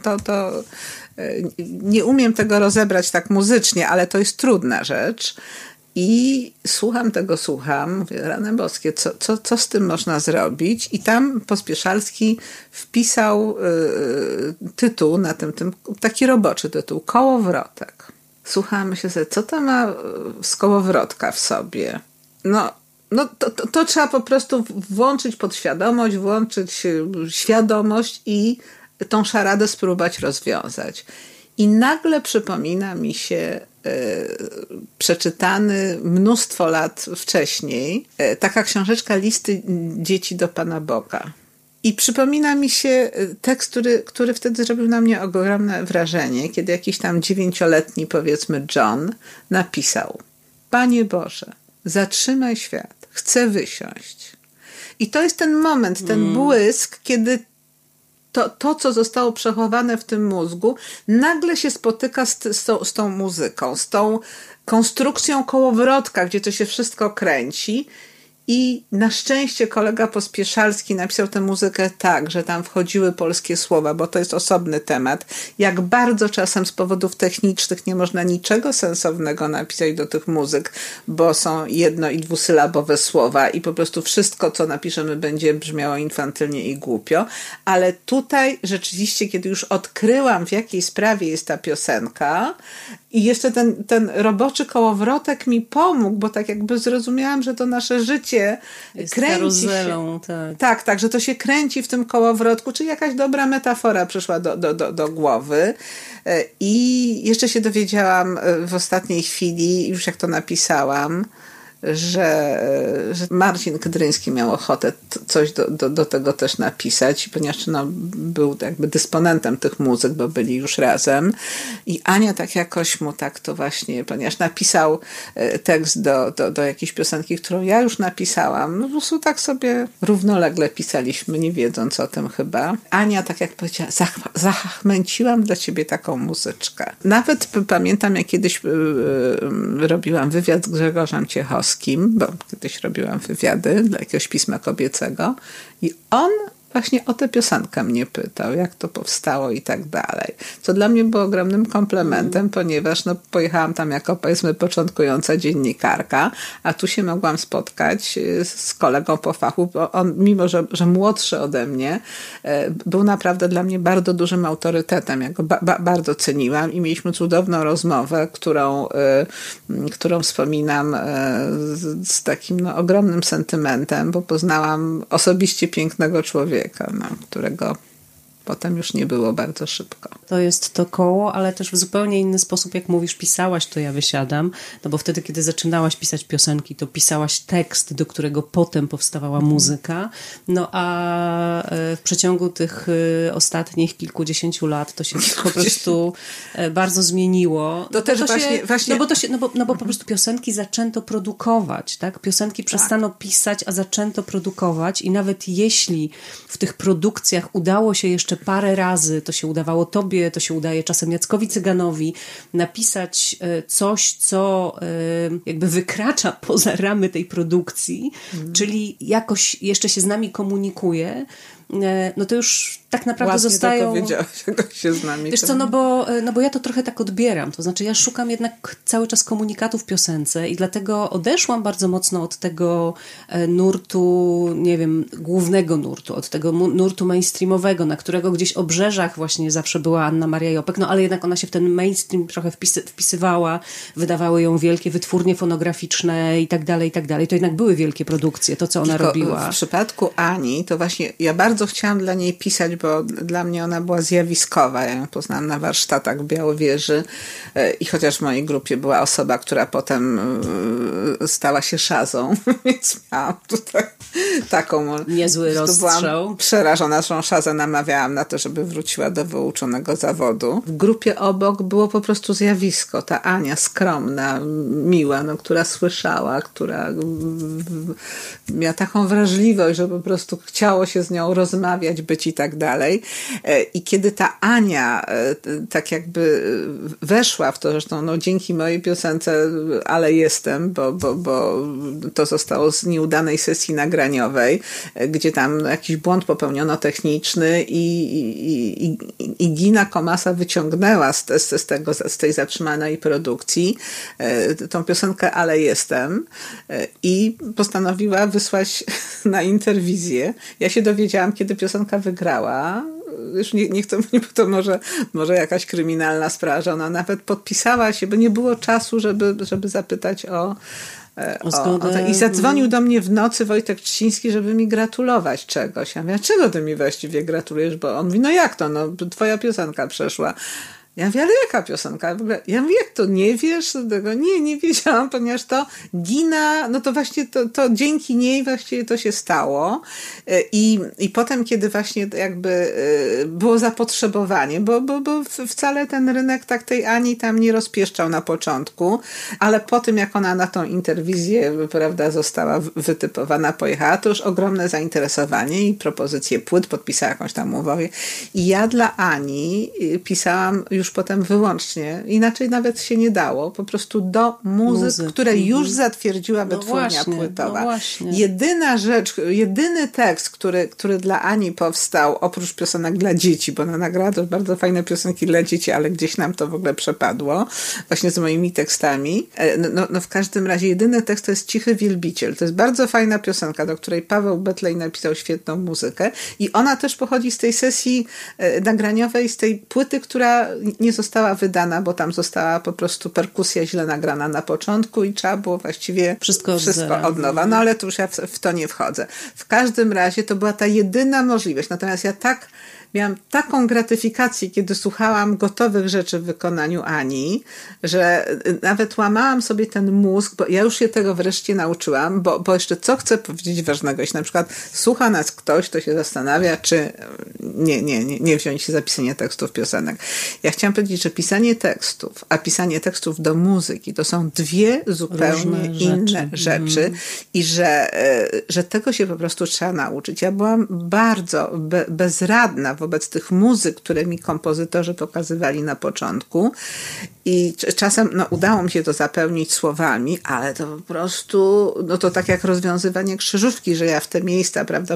Nie umiem tego rozebrać tak muzycznie, ale to jest trudna rzecz. I słucham, mówię, rany boskie, co z tym można zrobić? I tam Pospieszalski wpisał tytuł na tym taki roboczy tytuł, Kołowrotek. Słucham, myślę sobie, co to ma z kołowrotka w sobie? No, no to trzeba po prostu włączyć podświadomość, włączyć świadomość i tą szaradę spróbować rozwiązać. I nagle przypomina mi się przeczytany mnóstwo lat wcześniej taka książeczka Listy dzieci do Pana Boga. I przypomina mi się tekst, który wtedy zrobił na mnie ogromne wrażenie, kiedy jakiś tam 9-letni, powiedzmy, John napisał: Panie Boże, zatrzymaj świat, chcę wysiąść. I to jest ten moment, ten błysk, kiedy to, co zostało przechowane w tym mózgu, nagle się spotyka z tą muzyką, z tą konstrukcją kołowrotka, gdzie to się wszystko kręci. I na szczęście kolega Pospieszalski napisał tę muzykę tak, że tam wchodziły polskie słowa, bo to jest osobny temat. Jak bardzo czasem z powodów technicznych nie można niczego sensownego napisać do tych muzyk, bo są jedno- i dwusylabowe słowa i po prostu wszystko, co napiszemy, będzie brzmiało infantylnie i głupio. Ale tutaj rzeczywiście, kiedy już odkryłam, w jakiej sprawie jest ta piosenka, i jeszcze ten roboczy kołowrotek mi pomógł, bo tak jakby zrozumiałam, że to nasze życie jest kręci karuzelą, się. Tak, że to się kręci w tym kołowrotku, czy jakaś dobra metafora przyszła do głowy. I jeszcze się dowiedziałam w ostatniej chwili, już jak to napisałam, że Marcin Kydryński miał ochotę coś do tego też napisać, ponieważ był jakby dysponentem tych muzyk, bo byli już razem. I Ania tak jakoś mu tak to właśnie, ponieważ napisał tekst do jakiejś piosenki, którą ja już napisałam. No po prostu tak sobie równolegle pisaliśmy, nie wiedząc o tym chyba. Ania, tak jak powiedziała, zachmęciłam dla ciebie taką muzyczkę. Nawet pamiętam, jak kiedyś robiłam wywiad z Grzegorzem Ciechowskim, bo kiedyś robiłam wywiady dla jakiegoś pisma kobiecego i on właśnie o tę piosenkę mnie pytał, jak to powstało i tak dalej. Co dla mnie było ogromnym komplementem, ponieważ pojechałam tam jako, powiedzmy, początkująca dziennikarka, a tu się mogłam spotkać z kolegą po fachu, bo on, mimo że młodszy ode mnie, był naprawdę dla mnie bardzo dużym autorytetem. Ja go bardzo ceniłam i mieliśmy cudowną rozmowę, którą wspominam z takim ogromnym sentymentem, bo poznałam osobiście pięknego człowieka, którego potem już nie było bardzo szybko. To jest to koło, ale też w zupełnie inny sposób, jak mówisz, pisałaś To ja wysiadam, no bo wtedy, kiedy zaczynałaś pisać piosenki, to pisałaś tekst, do którego potem powstawała muzyka, no a w przeciągu tych ostatnich kilkudziesięciu lat to się po prostu bardzo zmieniło. To też właśnie... No bo po prostu piosenki zaczęto produkować, tak? Piosenki przestano pisać, a zaczęto produkować i nawet jeśli w tych produkcjach udało się jeszcze parę razy, to się udawało tobie, to się udaje czasem Jackowi Cyganowi, napisać coś, co jakby wykracza poza ramy tej produkcji, czyli jakoś jeszcze się z nami komunikuje, no to już tak naprawdę ładnie zostają... to powiedziałaś, jak się z nami... Wiesz co, no bo ja to trochę tak odbieram. To znaczy ja szukam jednak cały czas komunikatu w piosence i dlatego odeszłam bardzo mocno od tego nurtu, nie wiem, głównego nurtu, od tego nurtu mainstreamowego, na którego gdzieś obrzeżach właśnie zawsze była Anna Maria Jopek, no ale jednak ona się w ten mainstream trochę wpisywała, wydawały ją wielkie wytwórnie fonograficzne i tak dalej, i tak dalej. To jednak były wielkie produkcje, to co ona robiła. W przypadku Ani, to właśnie ja bardzo chciałam dla niej pisać, bo dla mnie ona była zjawiskowa. Ja ją poznałam na warsztatach w Białowieży i chociaż w mojej grupie była osoba, która potem stała się szazą, więc miałam tutaj taką... Niezły rozstrzał. Byłam przerażona, że szazę namawiałam na to, żeby wróciła do wyuczonego zawodu. W grupie obok było po prostu zjawisko. Ta Ania skromna, miła, która słyszała, która miała taką wrażliwość, że po prostu chciało się z nią rozmawiać, być i tak dalej. I kiedy ta Ania tak jakby weszła w to, zresztą dzięki mojej piosence Ale jestem, bo to zostało z nieudanej sesji nagraniowej, gdzie tam jakiś błąd popełniono techniczny i Gina Komasa wyciągnęła z tej zatrzymanej produkcji tą piosenkę Ale jestem i postanowiła wysłać na interwizję. Ja się dowiedziałam, kiedy piosenka wygrała. Już nie chcę mówić, bo to może jakaś kryminalna sprawa, że ona nawet podpisała się, bo nie było czasu, żeby zapytać I zadzwonił do mnie w nocy Wojtek Trzciński, żeby mi gratulować czegoś. Ja mówię, czego ty mi właściwie gratulujesz? Bo on mówi, no jak to? No, twoja piosenka przeszła. Ja mówię, ale jaka piosenka? W ogóle, ja mówię, jak to, nie wiesz tego? Nie wiedziałam, ponieważ to Gina, no to właśnie to dzięki niej właściwie to się stało. I potem, kiedy właśnie jakby było zapotrzebowanie, bo wcale ten rynek tak tej Ani tam nie rozpieszczał na początku, ale po tym, jak ona na tą interwizję, prawda, została wytypowana, pojechała, to już ogromne zainteresowanie i propozycje płyt, podpisała jakąś tam umowę. I ja dla Ani pisałam już potem wyłącznie, inaczej nawet się nie dało, po prostu do muzyk, które już zatwierdziła wytwórnia płytowa. Jedyny tekst, który dla Ani powstał, oprócz piosenek dla dzieci, bo ona nagrała też bardzo fajne piosenki dla dzieci, ale gdzieś nam to w ogóle przepadło, właśnie z moimi tekstami. No w każdym razie jedyny tekst to jest Cichy Wielbiciel. To jest bardzo fajna piosenka, do której Paweł Betlej napisał świetną muzykę i ona też pochodzi z tej sesji nagraniowej, z tej płyty, która nie została wydana, bo tam została po prostu perkusja źle nagrana na początku i trzeba było właściwie wszystko od nowa. No ale to już ja w to nie wchodzę. W każdym razie to była ta jedyna możliwość. Natomiast ja miałam taką gratyfikację, kiedy słuchałam gotowych rzeczy w wykonaniu Ani, że nawet łamałam sobie ten mózg, bo ja już się tego wreszcie nauczyłam, bo jeszcze co chcę powiedzieć ważnego, jeśli na przykład słucha nas ktoś, to się zastanawia, czy nie wziąć się za pisanie tekstów piosenek. Ja chciałam powiedzieć, że pisanie tekstów, a pisanie tekstów do muzyki to są dwie zupełnie inne rzeczy i że tego się po prostu trzeba nauczyć. Ja byłam bardzo bezradna wobec tych muzyk, które mi kompozytorzy pokazywali na początku i czasem udało mi się to zapełnić słowami, ale to po prostu, to tak jak rozwiązywanie krzyżówki, że ja w te miejsca, prawda,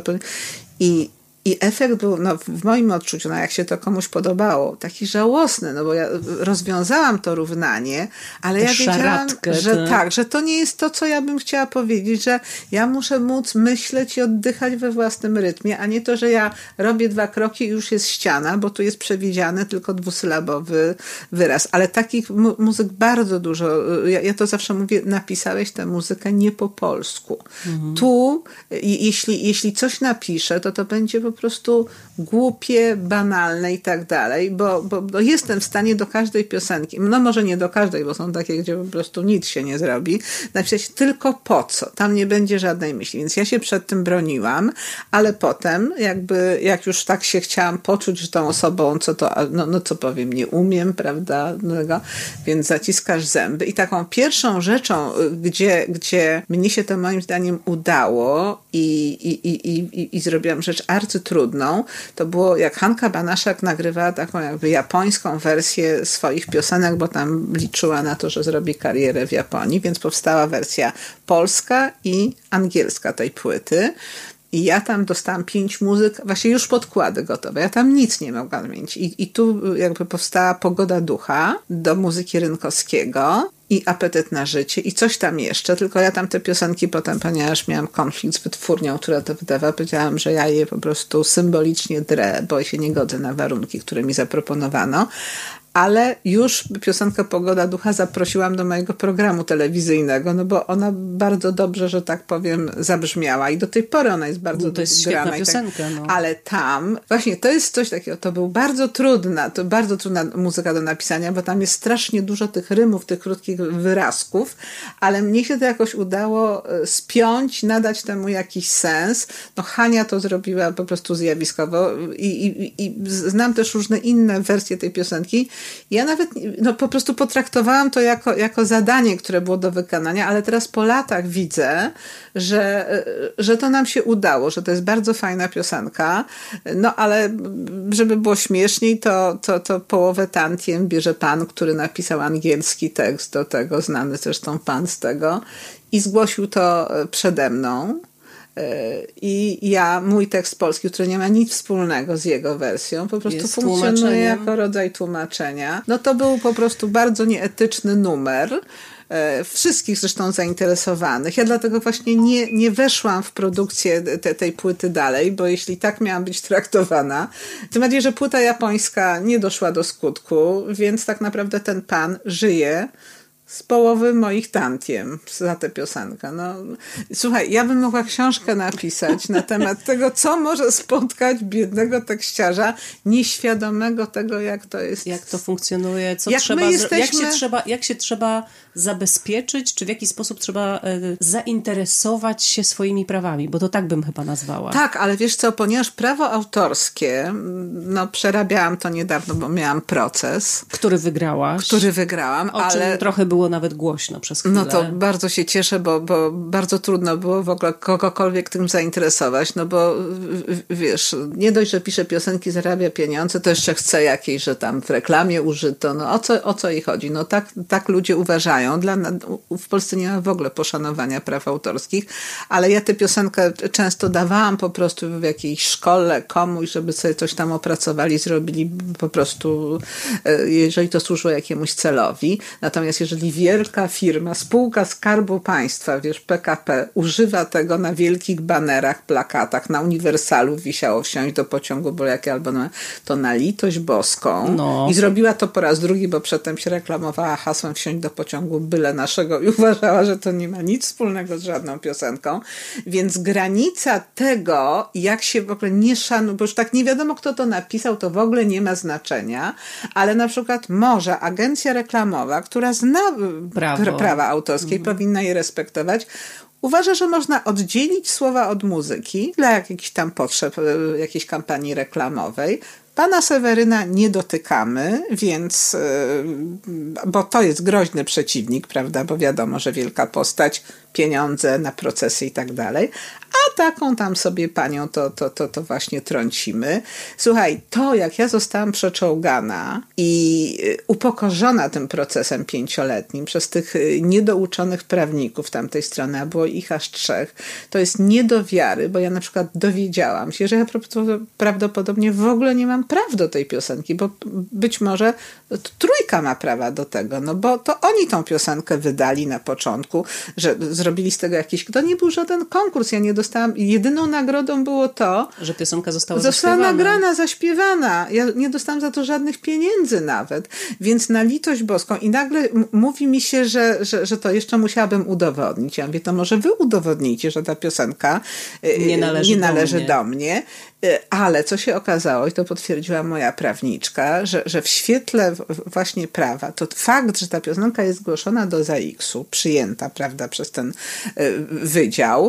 i efekt był, w moim odczuciu, jak się to komuś podobało, taki żałosny, bo ja rozwiązałam to równanie, ale ja wiedziałam, że to nie jest to, co ja bym chciała powiedzieć, że ja muszę móc myśleć i oddychać we własnym rytmie, a nie to, że ja robię 2 kroki i już jest ściana, bo tu jest przewidziany tylko 2-sylabowy wyraz. Ale takich muzyk bardzo dużo, ja to zawsze mówię, napisałeś tę muzykę nie po polsku. Tu, jeśli coś napiszę, to będzie po prostu głupie, banalne i tak dalej, bo jestem w stanie do każdej piosenki, może nie do każdej, bo są takie, gdzie po prostu nic się nie zrobi, napisać tylko po co. Tam nie będzie żadnej myśli. Więc ja się przed tym broniłam, ale potem jak już tak się chciałam poczuć, że tą osobą, co powiem, nie umiem, prawda, więc zaciskasz zęby. I taką pierwszą rzeczą, gdzie mnie się to moim zdaniem udało i zrobiłam rzecz arcytrudną, to było jak Hanka Banaszak nagrywała taką jakby japońską wersję swoich piosenek, bo tam liczyła na to, że zrobi karierę w Japonii, więc powstała wersja polska i angielska tej płyty. I ja tam dostałam 5 muzyk, właśnie już podkłady gotowe. Ja tam nic nie mogłam mieć. I tu jakby powstała Pogoda ducha do muzyki Rynkowskiego i Apetyt na życie i coś tam jeszcze, tylko ja tam te piosenki potem, ponieważ miałam konflikt z wytwórnią, która to wydawała, powiedziałam, że ja je po prostu symbolicznie drę, bo się nie godzę na warunki, które mi zaproponowano. Ale już piosenkę Pogoda ducha zaprosiłam do mojego programu telewizyjnego, bo ona bardzo dobrze, że tak powiem, zabrzmiała i do tej pory ona jest bardzo to jest grana. Świetna piosenka. Ale tam, właśnie to jest coś takiego, to był bardzo trudna muzyka do napisania, bo tam jest strasznie dużo tych rymów, tych krótkich wyrazków, ale mnie się to jakoś udało spiąć, nadać temu jakiś sens. Hania to zrobiła po prostu zjawiskowo i znam też różne inne wersje tej piosenki. Ja nawet po prostu potraktowałam to jako zadanie, które było do wykonania, ale teraz po latach widzę, że to nam się udało, że to jest bardzo fajna piosenka, ale żeby było śmieszniej, to połowę tantiem bierze pan, który napisał angielski tekst do tego, znany zresztą pan z tego i zgłosił to przede mną. I mój tekst polski, który nie ma nic wspólnego z jego wersją, po prostu funkcjonuje jako rodzaj tłumaczenia. To był po prostu bardzo nieetyczny numer. Wszystkich zresztą zainteresowanych. Ja dlatego właśnie nie weszłam w produkcję tej płyty dalej, bo jeśli tak miałam być traktowana, tym bardziej, że płyta japońska nie doszła do skutku, więc tak naprawdę ten pan żyje z połowy moich tantiem za tę piosenkę. No, słuchaj, ja bym mogła książkę napisać na temat tego, co może spotkać biednego tekściarza, nieświadomego tego, jak to jest. Jak to funkcjonuje, co jak trzeba, jak się trzeba zabezpieczyć, czy w jaki sposób trzeba zainteresować się swoimi prawami, bo to tak bym chyba nazwała. Tak, ale wiesz co, ponieważ prawo autorskie, no przerabiałam to niedawno, bo miałam proces. Który wygrałam, o czym ale trochę było nawet głośno przez chwilę. No to bardzo się cieszę, bo bardzo trudno było w ogóle kogokolwiek tym zainteresować, no bo wiesz, nie dość, że pisze piosenki, zarabia pieniądze, to jeszcze chce jakiejś, że tam w reklamie użyto, no o co jej chodzi? No tak ludzie uważają. W Polsce nie ma w ogóle poszanowania praw autorskich, ale ja tę piosenkę często dawałam po prostu w jakiejś szkole komuś, żeby sobie coś tam opracowali, zrobili po prostu, jeżeli to służyło jakiemuś celowi. Natomiast jeżeli wielka firma, spółka Skarbu Państwa, wiesz, PKP, używa tego na wielkich banerach, plakatach, na Uniwersalu wisiało wsiąść do pociągu, bo jakie albo to na litość boską. No. I zrobiła to po raz drugi, bo przedtem się reklamowała hasłem wsiąść do pociągu byle naszego i uważała, że to nie ma nic wspólnego z żadną piosenką. Więc granica tego, jak się w ogóle nie szanuje, bo już tak nie wiadomo, kto to napisał, to w ogóle nie ma znaczenia, ale na przykład może agencja reklamowa, która zna prawa autorskie, powinna je respektować, uważa, że można oddzielić słowa od muzyki dla jakichś tam potrzeb, jakiejś kampanii reklamowej. Pana Seweryna nie dotykamy, więc, bo to jest groźny przeciwnik, prawda, bo wiadomo, że wielka postać, pieniądze na procesy i tak dalej, a taką tam sobie panią to właśnie trącimy. Słuchaj, to jak ja zostałam przeczołgana i upokorzona tym procesem 5-letnim przez tych niedouczonych prawników tamtej strony, a było ich aż 3, to jest nie do wiary, bo ja na przykład dowiedziałam się, że ja prawdopodobnie w ogóle nie mam praw do tej piosenki, bo być może Trójka ma prawa do tego, no bo to oni tą piosenkę wydali na początku, że zrobili z tego jakiś... To nie był żaden konkurs, ja nie dostałam... Jedyną nagrodą było to... Że piosenka została nagrana, zaśpiewana. Ja nie dostałam za to żadnych pieniędzy nawet. Więc na litość boską i nagle mówi mi się, że to jeszcze musiałabym udowodnić. Ja mówię, to może wy udowodnijcie, że ta piosenka nie należy do mnie. Ale co się okazało, i to potwierdziła moja prawniczka, że w świetle właśnie prawa, to fakt, że ta piosenka jest zgłoszona do ZAIKS-u, przyjęta, prawda, przez ten wydział,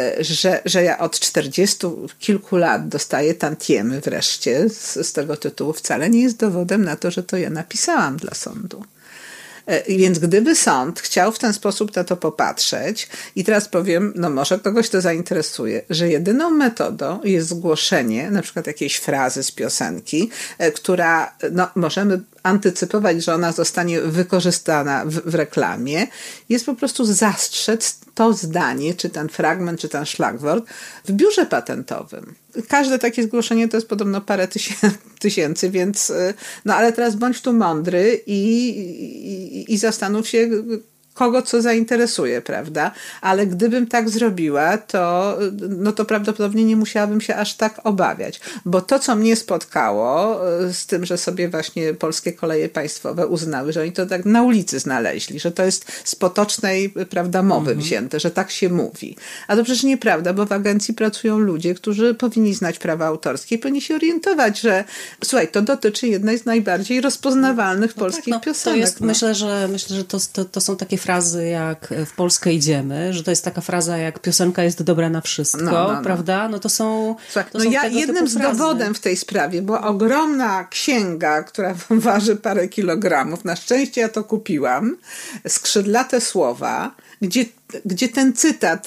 że ja od 40 kilku lat dostaję tantiemy wreszcie z tego tytułu, wcale nie jest dowodem na to, że to ja napisałam dla sądu. Więc gdyby sąd chciał w ten sposób na to popatrzeć, i teraz powiem, no może kogoś to zainteresuje, że jedyną metodą jest zgłoszenie na przykład jakiejś frazy z piosenki, która, no możemy antycypować, że ona zostanie wykorzystana w reklamie, jest po prostu zastrzec to zdanie, czy ten fragment, czy ten szlagwort w biurze patentowym. Każde takie zgłoszenie to jest podobno parę tysięcy, więc no ale teraz bądź tu mądry i zastanów się, kogo co zainteresuje, prawda? Ale gdybym tak zrobiła, to prawdopodobnie nie musiałabym się aż tak obawiać. Bo to, co mnie spotkało z tym, że sobie właśnie Polskie Koleje Państwowe uznały, że oni to tak na ulicy znaleźli, że to jest z potocznej, prawda, mowy wzięte, że tak się mówi. A to przecież nieprawda, bo w agencji pracują ludzie, którzy powinni znać prawa autorskie i powinni się orientować, że słuchaj, to dotyczy jednej z najbardziej rozpoznawalnych polskich piosenek. To jest, myślę, że to są takie frazy jak w Polskę idziemy, że to jest taka fraza jak piosenka jest dobra na wszystko, prawda? No to są ja jednym z dowodem w tej sprawie była ogromna księga, która waży parę kilogramów. Na szczęście ja to kupiłam. Skrzydlate słowa, gdzie ten cytat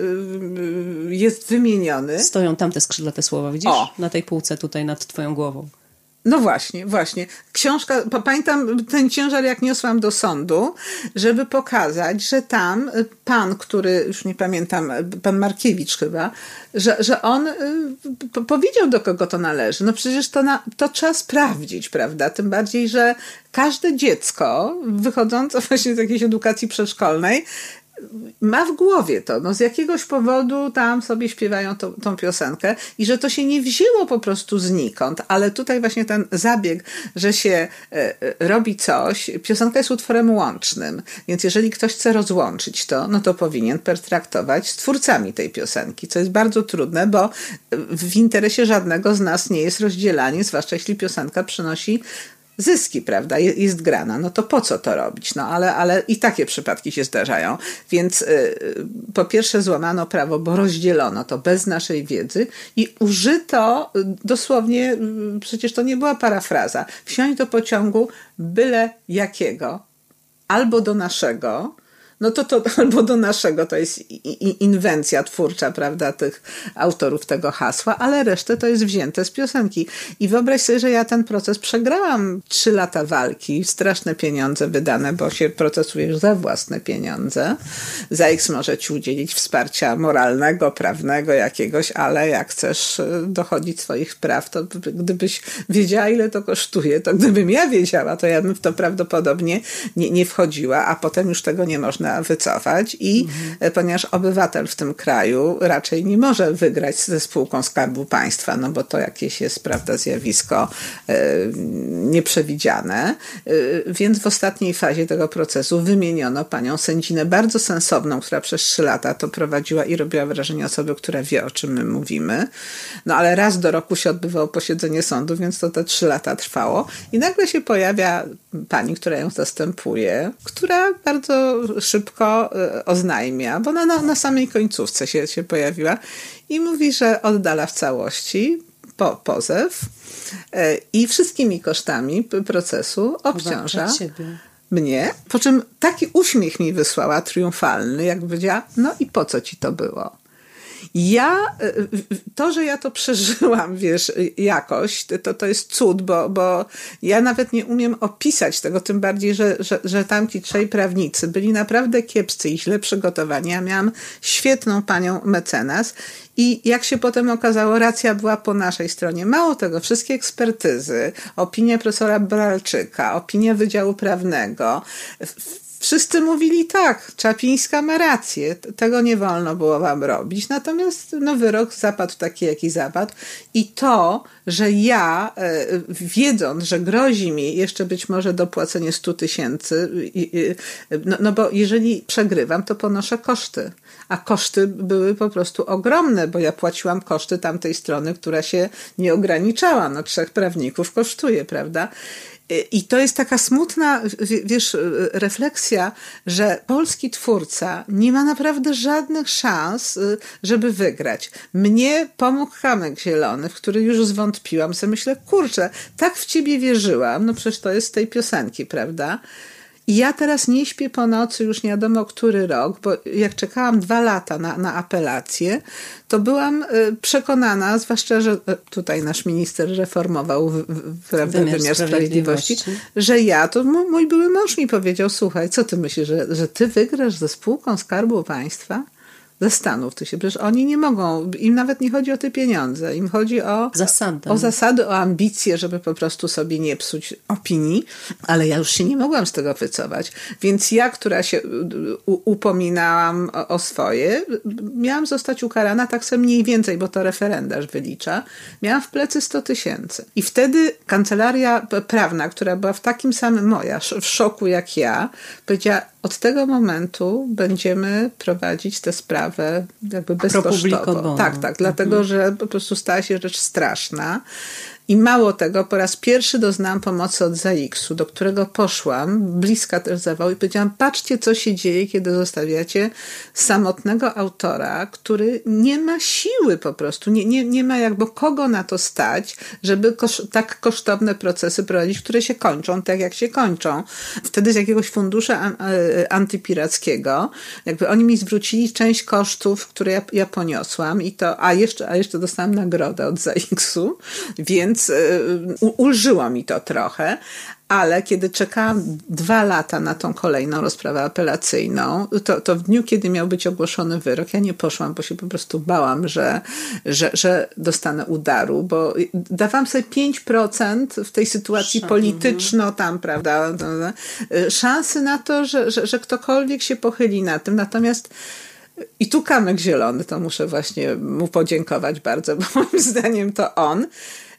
jest wymieniony. Stoją tam te skrzydlate słowa, widzisz? Na tej półce tutaj nad twoją głową. No właśnie. Książka, pamiętam ten ciężar, jak niosłam do sądu, żeby pokazać, że tam pan, który, już nie pamiętam, pan Markiewicz chyba, że on powiedział, do kogo to należy. No przecież to trzeba sprawdzić, prawda? Tym bardziej, że każde dziecko, wychodzące właśnie z jakiejś edukacji przedszkolnej, ma w głowie to, no z jakiegoś powodu tam sobie śpiewają tą piosenkę i że to się nie wzięło po prostu znikąd, ale tutaj właśnie ten zabieg, że się robi coś, piosenka jest utworem łącznym, więc jeżeli ktoś chce rozłączyć to, no to powinien pertraktować z twórcami tej piosenki, co jest bardzo trudne, bo w interesie żadnego z nas nie jest rozdzielanie, zwłaszcza jeśli piosenka przynosi zyski, prawda, jest grana, no to po co to robić? No ale i takie przypadki się zdarzają. Więc po pierwsze złamano prawo, bo rozdzielono to bez naszej wiedzy i użyto dosłownie, przecież to nie była parafraza, wsiąść do pociągu byle jakiego, albo do naszego, no to albo do naszego, to jest inwencja twórcza, prawda, tych autorów tego hasła, ale resztę to jest wzięte z piosenki. I wyobraź sobie, że ja ten proces przegrałam 3 lata walki, straszne pieniądze wydane, bo się procesujesz za własne pieniądze. ZAIKS może ci udzielić wsparcia moralnego, prawnego jakiegoś, ale jak chcesz dochodzić swoich praw, to gdybyś wiedziała, ile to kosztuje, to gdybym ja wiedziała, to ja bym w to prawdopodobnie nie wchodziła, a potem już tego nie można wycofać i ponieważ obywatel w tym kraju raczej nie może wygrać ze spółką Skarbu Państwa, no bo to jakieś jest, prawda, zjawisko nieprzewidziane, więc w ostatniej fazie tego procesu wymieniono panią sędzinę bardzo sensowną, która przez 3 lata to prowadziła i robiła wrażenie osoby, która wie, o czym my mówimy, no ale raz do roku się odbywało posiedzenie sądu, więc to te 3 lata trwało i nagle się pojawia pani, która ją zastępuje, która bardzo szybko oznajmia, bo na samej końcówce się pojawiła i mówi, że oddala w całości pozew i wszystkimi kosztami procesu obciąża mnie, po czym taki uśmiech mi wysłała triumfalny, jakby powiedziała, no i po co ci to było? Że ja to przeżyłam, wiesz, jakoś, to jest cud, bo ja nawet nie umiem opisać tego, tym bardziej, że tamci 3 prawnicy byli naprawdę kiepscy i źle przygotowani. Ja miałam świetną panią mecenas i jak się potem okazało, racja była po naszej stronie. Mało tego, wszystkie ekspertyzy, opinia profesora Bralczyka, opinia Wydziału Prawnego, wszyscy mówili tak, Czapińska ma rację, tego nie wolno było wam robić. Natomiast wyrok zapadł taki, jaki zapadł. I to, że ja, wiedząc, że grozi mi jeszcze być może dopłacenie 100 000, no bo jeżeli przegrywam, to ponoszę koszty. A koszty były po prostu ogromne, bo ja płaciłam koszty tamtej strony, która się nie ograniczała. 3 prawników kosztuje, prawda? I to jest taka smutna, wiesz, refleksja, że polski twórca nie ma naprawdę żadnych szans, żeby wygrać. Mnie pomógł Kamyk Zielony, w który już zwątpiłam. Sobie myślę, kurczę, tak w ciebie wierzyłam, no przecież to jest z tej piosenki, prawda? I ja teraz nie śpię po nocy już nie wiadomo który rok, bo jak czekałam 2 lata na apelację, to byłam przekonana, zwłaszcza, że tutaj nasz minister reformował wymiar sprawiedliwości, że to mój były mąż mi powiedział, słuchaj, co ty myślisz, że ty wygrasz ze spółką Skarbu Państwa? Zastanów ty się, przecież oni nie mogą, im nawet nie chodzi o te pieniądze, im chodzi o zasady, o ambicje, żeby po prostu sobie nie psuć opinii, ale ja już się nie mogłam z tego wycofać. Więc ja, która się upominałam o swoje, miałam zostać ukarana tak sobie mniej więcej, bo to referendarz wylicza, miałam w plecy 100 000. I wtedy kancelaria prawna, która była w takim samym w szoku jak ja, powiedziała, od tego momentu będziemy prowadzić tę sprawę jakby bezkosztowo. Tak, dlatego, że po prostu stała się rzecz straszna. I mało tego, po raz pierwszy doznałam pomocy od ZAIKS-u, do którego poszłam, bliska też zawału i powiedziałam, patrzcie, co się dzieje, kiedy zostawiacie samotnego autora, który nie ma siły po prostu, nie ma jakby kogo na to stać, żeby tak kosztowne procesy prowadzić, które się kończą tak, jak się kończą. Wtedy z jakiegoś funduszu antypirackiego, jakby oni mi zwrócili część kosztów, które ja poniosłam i to, a jeszcze dostałam nagrodę od ZAIKS-u, więc więc ulżyło mi to trochę. Ale kiedy czekałam 2 lata na tą kolejną rozprawę apelacyjną, to w dniu, kiedy miał być ogłoszony wyrok, ja nie poszłam, bo się po prostu bałam, że dostanę udaru, bo dawałam sobie 5% w tej sytuacji polityczno tam, prawda, szansy na to, że ktokolwiek się pochyli na tym. Natomiast i tu Kamyk Zielony, to muszę właśnie mu podziękować bardzo, bo moim zdaniem to on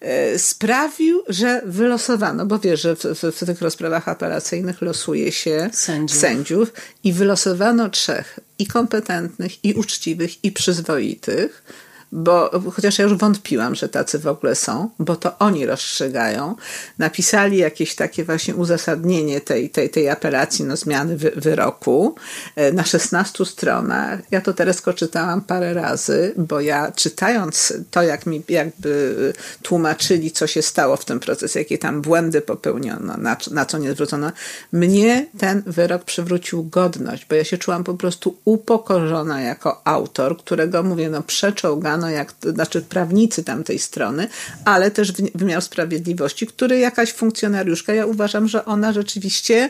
sprawił, że wylosowano, bo wiesz, że w tych rozprawach apelacyjnych losuje się sędziów i wylosowano 3 i kompetentnych, i uczciwych, i przyzwoitych, bo chociaż ja już wątpiłam, że tacy w ogóle są, bo to oni rozstrzygają. Napisali jakieś takie właśnie uzasadnienie tej apelacji, zmiany wyroku na 16 stronach. Ja to teraz czytałam parę razy, bo ja czytając to, jak mi jakby tłumaczyli, co się stało w tym procesie, jakie tam błędy popełniono, na co nie zwrócono, mnie ten wyrok przywrócił godność, bo ja się czułam po prostu upokorzona jako autor, którego, mówię, przeczołgano znaczy prawnicy tamtej strony, ale też wymiar sprawiedliwości, który jakaś funkcjonariuszka, ja uważam, że ona rzeczywiście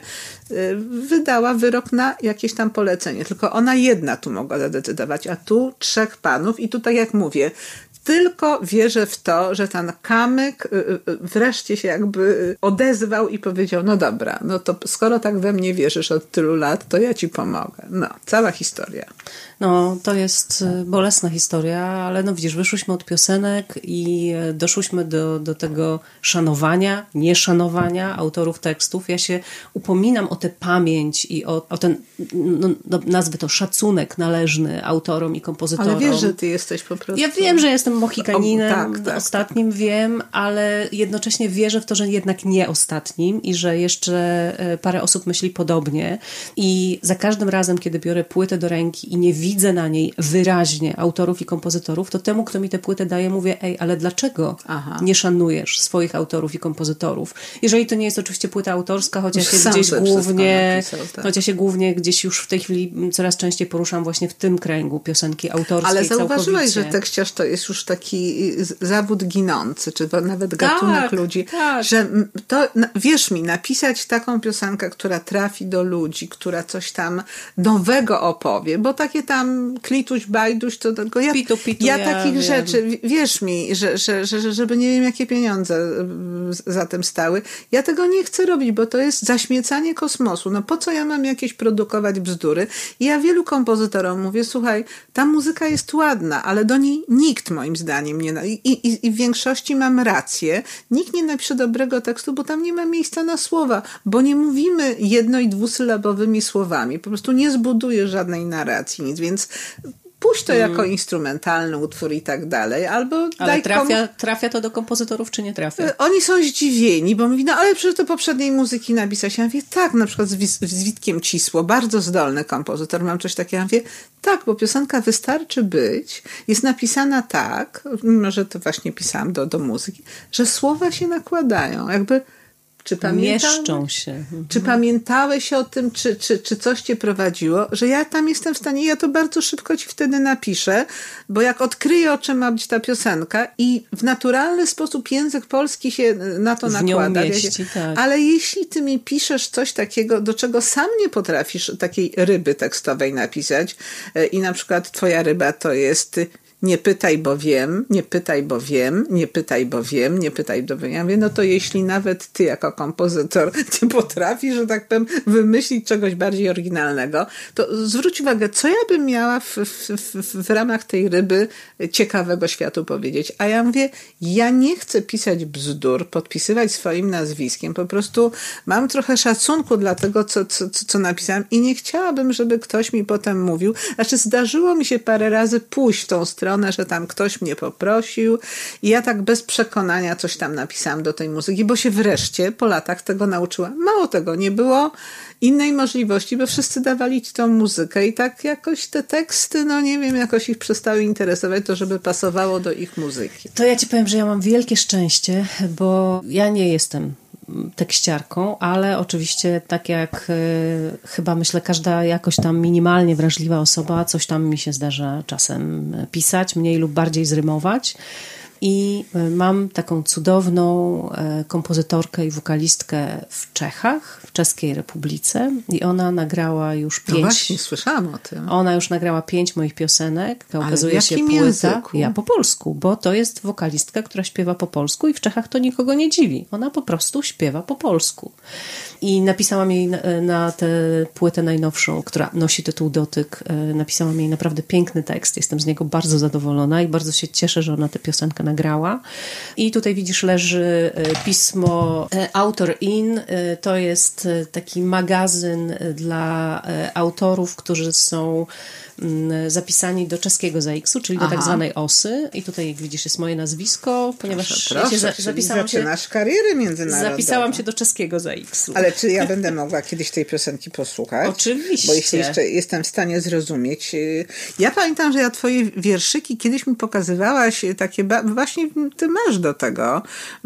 wydała wyrok na jakieś tam polecenie. Tylko ona jedna tu mogła zadecydować, a tu 3 panów i tu tak jak mówię, tylko wierzę w to, że ten Kamyk wreszcie się jakby odezwał i powiedział, no dobra, no to skoro tak we mnie wierzysz od tylu lat, to ja ci pomogę. No, cała historia. No, to jest bolesna historia, ale no widzisz, wyszłyśmy od piosenek i doszłyśmy do tego szanowania, nieszanowania autorów tekstów. Ja się upominam o tę pamięć i o ten, nazwę to, szacunek należny autorom i kompozytorom. Ale wiesz, że ty jesteś po prostu... Ja wiem, że jestem mohikaninem, ostatnim wiem, ale jednocześnie wierzę w to, że jednak nie ostatnim i że jeszcze parę osób myśli podobnie. I za każdym razem, kiedy biorę płytę do ręki i nie widzę na niej wyraźnie autorów i kompozytorów, to temu, kto mi tę płytę daje, mówię, ale dlaczego nie szanujesz swoich autorów i kompozytorów? Jeżeli to nie jest oczywiście płyta autorska, chociaż się głównie gdzieś już w tej chwili coraz częściej poruszam właśnie w tym kręgu piosenki autorskie. Ale zauważyłeś, że tekściarz to jest już taki zawód ginący, czy nawet gatunek ludzi, że to, wierz mi, napisać taką piosenkę, która trafi do ludzi, która coś tam nowego opowie, bo takie tam klituś, bajduś, to tylko ja takich rzeczy, wierz mi, że żeby nie wiem jakie pieniądze za tym stały, ja tego nie chcę robić, bo to jest zaśmiecanie kosmosu. No po co ja mam jakieś produkować bzdury? I ja wielu kompozytorom mówię, słuchaj, ta muzyka jest ładna, ale do niej nikt moim zdaniem nie... I w większości mam rację. Nikt nie napisze dobrego tekstu, bo tam nie ma miejsca na słowa, bo nie mówimy jedno- i dwusylabowymi słowami. Po prostu nie zbuduje żadnej narracji, nic, więc puść to jako instrumentalny utwór i tak dalej, albo ale trafia to do kompozytorów, czy nie trafia? Oni są zdziwieni, bo mówi, ale przecież to poprzedniej muzyki napisać. Ja mówię, tak, na przykład z Witkiem Cisło, bardzo zdolny kompozytor, mam coś takiego. Ja mówię, tak, bo piosenka Wystarczy być jest napisana tak, mimo że to właśnie pisałam do muzyki, że słowa się nakładają, jakby mieszczą się. Czy pamiętałeś o tym, czy coś cię prowadziło, że ja tam jestem w stanie, ja to bardzo szybko ci wtedy napiszę, bo jak odkryję, o czym ma być ta piosenka i w naturalny sposób język polski się na to nakłada. Mieści, tak. Ale jeśli ty mi piszesz coś takiego, do czego sam nie potrafisz takiej ryby tekstowej napisać i na przykład twoja ryba to jest... Nie pytaj, bo wiem, nie pytaj, bo wiem, nie pytaj, bo wiem, nie pytaj, bo wiem. Ja mówię, no to jeśli nawet ty jako kompozytor nie potrafisz, że tak powiem, wymyślić czegoś bardziej oryginalnego, to zwróć uwagę, co ja bym miała w ramach tej ryby ciekawego światu powiedzieć. A ja mówię, ja nie chcę pisać bzdur, podpisywać swoim nazwiskiem. Po prostu mam trochę szacunku dla tego, co napisałam i nie chciałabym, żeby ktoś mi potem mówił. Znaczy zdarzyło mi się parę razy pójść w tą stronę, że tam ktoś mnie poprosił i ja tak bez przekonania coś tam napisałam do tej muzyki, bo się wreszcie po latach tego nauczyłam. Mało tego, nie było innej możliwości, bo wszyscy dawali ci tą muzykę i tak jakoś te teksty, no nie wiem, jakoś ich przestały interesować, to żeby pasowało do ich muzyki. To ja ci powiem, że ja mam wielkie szczęście, bo ja nie jestem tekściarką, ale oczywiście tak jak chyba myślę każda jakoś tam minimalnie wrażliwa osoba, coś tam mi się zdarza czasem pisać, mniej lub bardziej zrymować. I mam taką cudowną kompozytorkę i wokalistkę w Czechach, w Czeskiej Republice i ona nagrała już 5... No właśnie, słyszałam o tym. Ona już nagrała 5 moich piosenek. Okazuje się płyta. Języku? Ja po polsku, bo to jest wokalistka, która śpiewa po polsku i w Czechach to nikogo nie dziwi. Ona po prostu śpiewa po polsku. I napisałam jej na tę płytę najnowszą, która nosi tytuł Dotyk, napisałam jej naprawdę piękny tekst. Jestem z niego bardzo zadowolona i bardzo się cieszę, że ona tę piosenkę nagrała. I tutaj widzisz, leży pismo Autor In. To jest taki magazyn dla autorów, którzy są zapisani do czeskiego ZAX-u, czyli do tak zwanej OSY. I tutaj, jak widzisz, jest moje nazwisko, ponieważ zaczynasz karierę międzynarodową. Zapisałam się do czeskiego ZAX-u. Ale czy ja będę mogła kiedyś tej piosenki posłuchać? Oczywiście. Bo jeśli jeszcze jestem w stanie zrozumieć. Ja pamiętam, że twoje wierszyki kiedyś mi pokazywałaś takie, właśnie ty masz do tego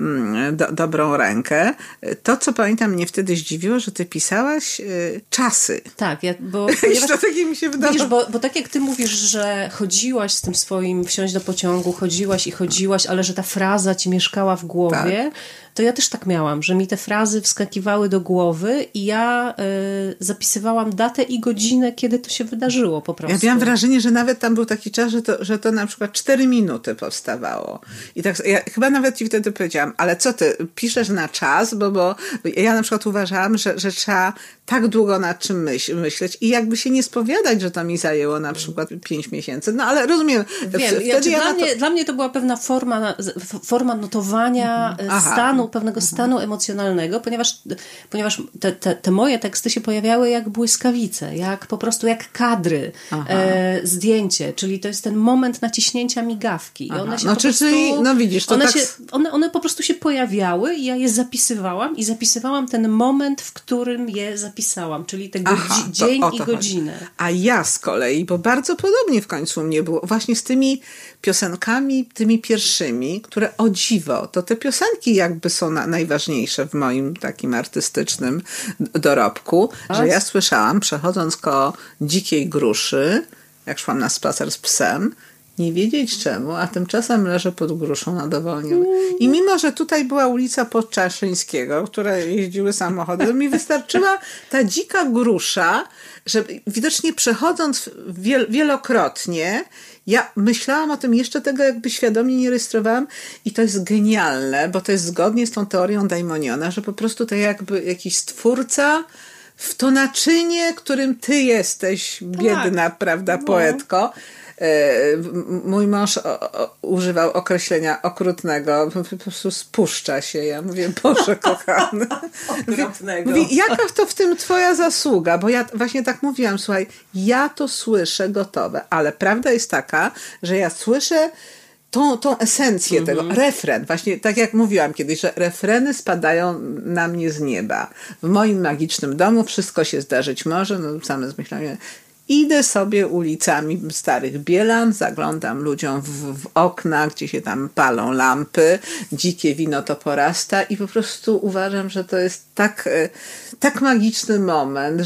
dobrą rękę. To, co pamiętam, mnie wtedy zdziwiło, że ty pisałaś czasy. Tak, bo to takie mi się wydało. Widzisz, bo tak jak ty mówisz, że chodziłaś z tym swoim, wsiąść do pociągu, chodziłaś, ale że ta fraza ci mieszkała w głowie, to ja też tak miałam, że mi te frazy wskakiwały do głowy i ja zapisywałam datę i godzinę, kiedy to się wydarzyło po prostu. Ja miałam wrażenie, że nawet tam był taki czas, że to na przykład 4 minuty powstawało. I tak, ja chyba nawet ci wtedy powiedziałam, ale co ty, piszesz na czas? Bo ja na przykład uważałam, że trzeba tak długo nad czym myśleć i jakby się nie spowiadać, że to mi zajęło na przykład 5 miesięcy. No ale rozumiem. Wiem, dla mnie to była pewna forma notowania pewnego stanu emocjonalnego, ponieważ te moje teksty się pojawiały jak błyskawice, jak po prostu jak kadry, zdjęcie, czyli to jest ten moment naciśnięcia migawki. I one się widzisz, to one po prostu się pojawiały i ja je zapisywałam ten moment, w którym je zapisałam, czyli tego dzień i godzinę. A ja z kolei, bo bardzo podobnie w końcu mnie było, właśnie z tymi piosenkami, tymi pierwszymi, które o dziwo, to te piosenki jakby są najważniejsze w moim takim artystycznym dorobku, że ja słyszałam, przechodząc koło dzikiej gruszy, jak szłam na spacer z psem, nie wiedzieć czemu, a tymczasem leżę pod gruszą na dowolnie. I mimo, że tutaj była ulica Podczaszyńskiego, które jeździły samochody, to mi wystarczyła ta dzika grusza, że widocznie przechodząc wielokrotnie, ja myślałam o tym, jeszcze tego jakby świadomie nie rejestrowałam i to jest genialne, bo to jest zgodnie z tą teorią Daimoniona, że po prostu to jakby jakiś stwórca w to naczynie, którym ty jesteś, biedna, prawda, poetko. Mój mąż używał określenia okrutnego, po prostu spuszcza się. Ja mówię, Boże kochany. Mówię, jaka to w tym twoja zasługa? Bo ja właśnie tak mówiłam, słuchaj, ja to słyszę gotowe, ale prawda jest taka, że ja słyszę tą esencję tego, refren, właśnie tak jak mówiłam kiedyś, że refreny spadają na mnie z nieba. W moim magicznym domu wszystko się zdarzyć może, same zmyślamy. Idę sobie ulicami starych Bielan, zaglądam ludziom w okna, gdzie się tam palą lampy, dzikie wino to porasta i po prostu uważam, że to jest tak magiczny moment,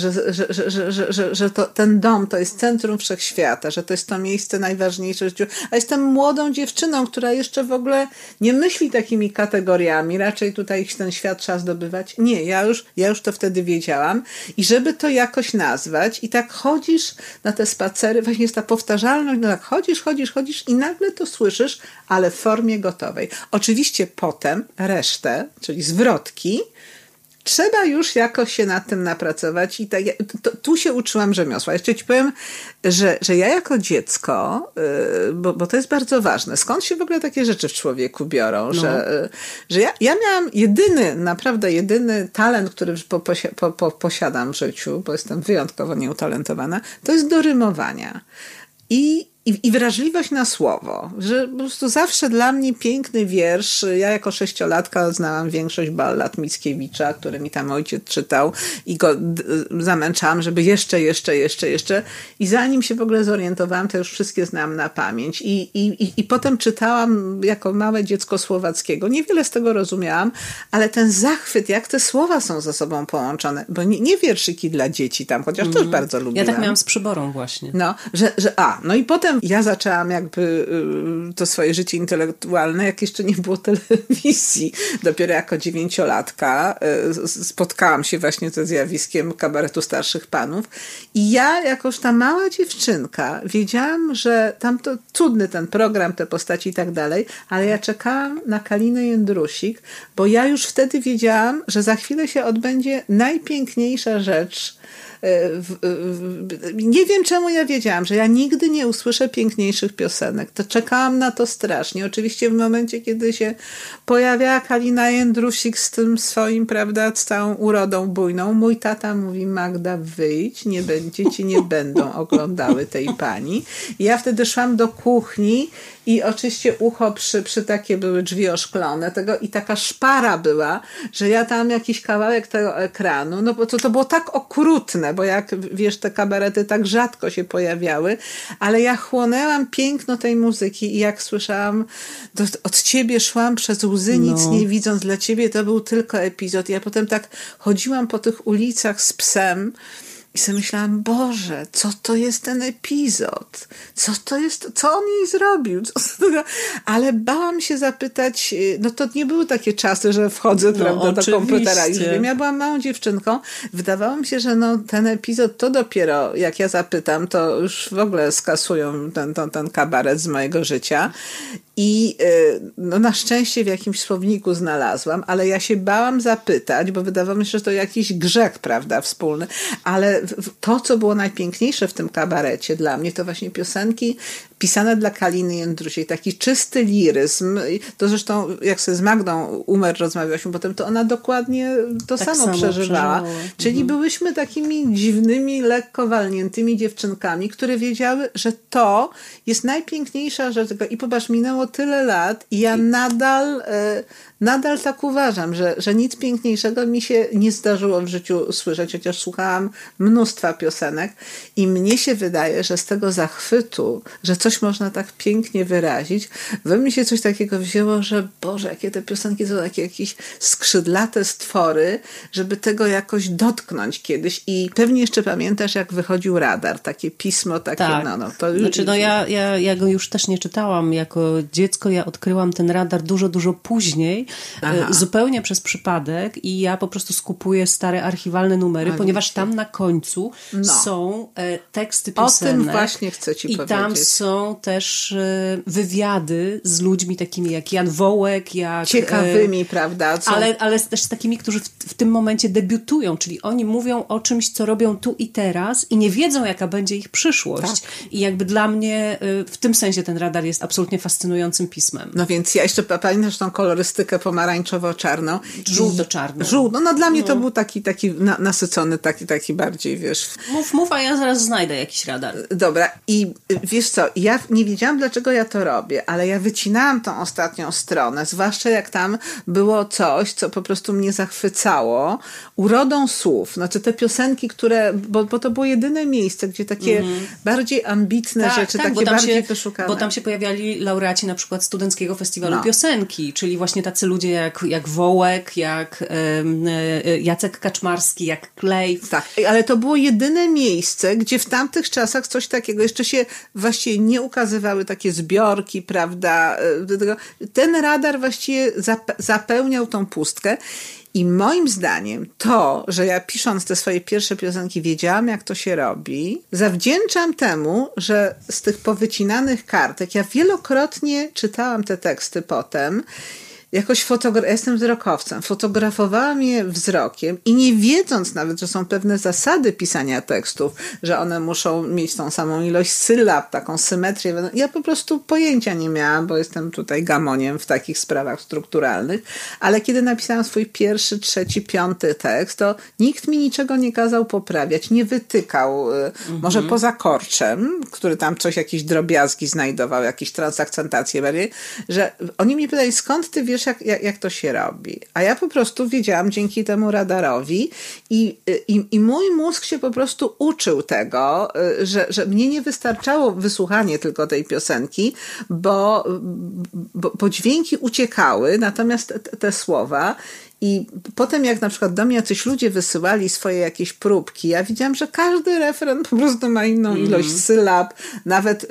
że ten dom to jest centrum wszechświata, że to jest to miejsce najważniejsze w życiu. A jestem młodą dziewczyną, która jeszcze w ogóle nie myśli takimi kategoriami, raczej tutaj ten świat trzeba zdobywać. Nie, ja już to wtedy wiedziałam i żeby to jakoś nazwać i tak chodzisz na te spacery, właśnie jest ta powtarzalność, no tak chodzisz i nagle to słyszysz, ale w formie gotowej. Oczywiście potem resztę, czyli zwrotki, trzeba już jakoś się nad tym napracować i tak, tu się uczyłam rzemiosła. Jeszcze ci powiem, że ja jako dziecko, bo to jest bardzo ważne, skąd się w ogóle takie rzeczy w człowieku biorą, że ja miałam naprawdę jedyny talent, który posiadam w życiu, bo jestem wyjątkowo nieutalentowana, to jest do rymowania. I wrażliwość na słowo, że po prostu zawsze dla mnie piękny wiersz. Ja jako 6-latka znałam większość ballad Mickiewicza, które mi tam ojciec czytał i go zamęczałam, żeby jeszcze. I zanim się w ogóle zorientowałam, to już wszystkie znam na pamięć. I potem czytałam jako małe dziecko Słowackiego. Niewiele z tego rozumiałam, ale ten zachwyt, jak te słowa są ze sobą połączone, bo nie wierszyki dla dzieci tam, chociaż też bardzo lubiłam. Ja tak miałam z Przyborą właśnie. No i potem owszem, ja zaczęłam jakby to swoje życie intelektualne, jak jeszcze nie było telewizji. Dopiero jako 9-latka spotkałam się właśnie ze zjawiskiem kabaretu starszych panów i ja, jakoż ta mała dziewczynka, wiedziałam, że tam to cudny ten program, te postaci i tak dalej, ale ja czekałam na Kalinę Jędrusik, bo ja już wtedy wiedziałam, że za chwilę się odbędzie najpiękniejsza rzecz. Nie wiem, czemu ja wiedziałam, że ja nigdy nie usłyszę piękniejszych piosenek. To czekałam na to strasznie. Oczywiście w momencie, kiedy się pojawiała Kalina Jędrusik z tym swoim, prawda, z całą urodą bujną, mój tata mówi: Magda, wyjdź, dzieci nie będą oglądały tej pani. I ja wtedy szłam do kuchni i oczywiście ucho przy takie były drzwi oszklone tego i taka szpara była, że ja tam jakiś kawałek tego ekranu, no bo to było tak okrutne, bo jak wiesz, te kabarety tak rzadko się pojawiały, ale ja chłonęłam piękno tej muzyki i jak słyszałam, od ciebie szłam przez łzy, nic nie widząc, dla ciebie to był tylko epizod. Ja potem tak chodziłam po tych ulicach z psem i sobie myślałam: Boże, co to jest ten epizod? Co to jest? Co on jej zrobił? Ale bałam się zapytać, no to nie były takie czasy, że wchodzę, prawda, do komputera. Już wiem, ja byłam małą dziewczynką. Wydawało mi się, że ten epizod to dopiero, jak ja zapytam, to już w ogóle skasują ten kabaret z mojego życia. I na szczęście w jakimś słowniku znalazłam, ale ja się bałam zapytać, bo wydawało mi się, że to jakiś grzech, prawda, wspólny. Ale to, co było najpiękniejsze w tym kabarecie dla mnie, to właśnie piosenki pisane dla Kaliny Jędrusik, taki czysty liryzm. To zresztą, jak sobie z Magdą Umer rozmawialiśmy potem, to ona dokładnie to tak samo przeżywała. Czyli byłyśmy takimi dziwnymi, lekko walniętymi dziewczynkami, które wiedziały, że to jest najpiękniejsza rzecz. I popatrz, minęło tyle lat i ja nadal tak uważam, że nic piękniejszego mi się nie zdarzyło w życiu słyszeć, chociaż słuchałam mnóstwa piosenek i mnie się wydaje, że z tego zachwytu, że coś można tak pięknie wyrazić, we mnie się coś takiego wzięło, że Boże, jakie te piosenki są takie jakieś skrzydlate stwory, żeby tego jakoś dotknąć kiedyś. I pewnie jeszcze pamiętasz, jak wychodził Radar, takie pismo, takie tak. To już... Znaczy, ja go już też nie czytałam. Jako dziecko ja odkryłam ten Radar dużo później, zupełnie przez przypadek i ja po prostu skupuję stare archiwalne numery, ponieważ tam na końcu są teksty piosenek. O tym właśnie chcę ci powiedzieć. I tam są też wywiady z ludźmi takimi jak Jan Wołek, jak... Ciekawymi, prawda? Ale też z takimi, którzy w tym momencie debiutują, czyli oni mówią o czymś, co robią tu i teraz i nie wiedzą, jaka będzie ich przyszłość. Tak. I jakby dla mnie w tym sensie ten Radar jest absolutnie fascynującym pismem. No więc ja jeszcze pamiętasz tą kolorystykę pomarańczowo-czarną. Żółto-czarną. No dla mnie to był taki nasycony, taki bardziej, wiesz... Mów, a ja zaraz znajdę jakiś Radar. Dobra. I wiesz co, ja nie wiedziałam, dlaczego ja to robię, ale ja wycinałam tą ostatnią stronę, zwłaszcza jak tam było coś, co po prostu mnie zachwycało. Urodą słów. Znaczy te piosenki, które... Bo to było jedyne miejsce, gdzie takie bardziej ambitne rzeczy, takie bardziej wyszukane. Bo tam się pojawiali laureaci na przykład Studenckiego Festiwalu Piosenki, czyli właśnie tacy ludzie jak Wołek, jak Jacek Kaczmarski, jak Klejf. Tak, ale to było jedyne miejsce, gdzie w tamtych czasach coś takiego, jeszcze się właściwie nie ukazywały takie zbiorki, prawda. Ten Radar właściwie zapełniał tą pustkę. I moim zdaniem to, że ja pisząc te swoje pierwsze piosenki wiedziałam, jak to się robi, zawdzięczam temu, że z tych powycinanych kartek, ja wielokrotnie czytałam te teksty potem, jakoś jestem wzrokowcem, fotografowałam je wzrokiem i nie wiedząc nawet, że są pewne zasady pisania tekstów, że one muszą mieć tą samą ilość sylab, taką symetrię. Ja po prostu pojęcia nie miałam, bo jestem tutaj gamoniem w takich sprawach strukturalnych, ale kiedy napisałam swój pierwszy, trzeci, piąty tekst, to nikt mi niczego nie kazał poprawiać, nie wytykał, może poza Korczem, który tam jakieś drobiazgi znajdował, jakieś transakcentacje bardziej, że oni mi pytali, skąd ty wiesz, jak to się robi. A ja po prostu wiedziałam dzięki temu Radarowi i mój mózg się po prostu uczył tego, że mnie nie wystarczało wysłuchanie tylko tej piosenki, bo dźwięki uciekały, natomiast te słowa I potem jak na przykład do mnie jacyś ludzie wysyłali swoje jakieś próbki, ja widziałam, że każdy refren po prostu ma inną ilość sylab, nawet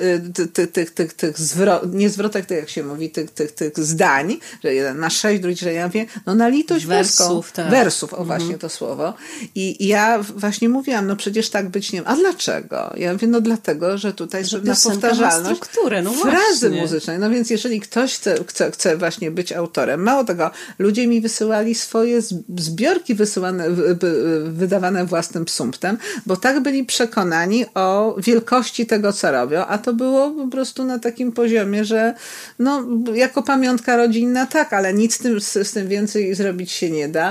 tych nie zwrotek, jak się mówi, tych zdań, że jeden ma 6, drugi, że ja mówię, no na litość boską. Tak. Wersów, o właśnie to słowo. I ja właśnie mówiłam, no przecież tak być nie... A dlaczego? Ja mówię, no dlatego, że tutaj jest pewna powtarzalność frazy muzycznej. No więc jeżeli ktoś chce właśnie być autorem, mało tego, ludzie mi wysyłali swoje zbiorki wydawane własnym sumptem, bo tak byli przekonani o wielkości tego, co robią, a to było po prostu na takim poziomie, że no, jako pamiątka rodzinna tak, ale nic z tym więcej zrobić się nie da.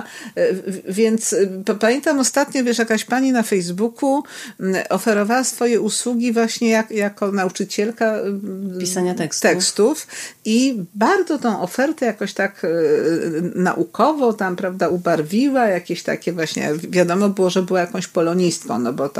Więc pamiętam ostatnio, wiesz, jakaś pani na Facebooku oferowała swoje usługi właśnie jako nauczycielka pisania tekstów i bardzo tą ofertę jakoś tak naukowo tam, prawda, ubarwiła, jakieś takie właśnie, wiadomo było, że była jakąś polonistką, no bo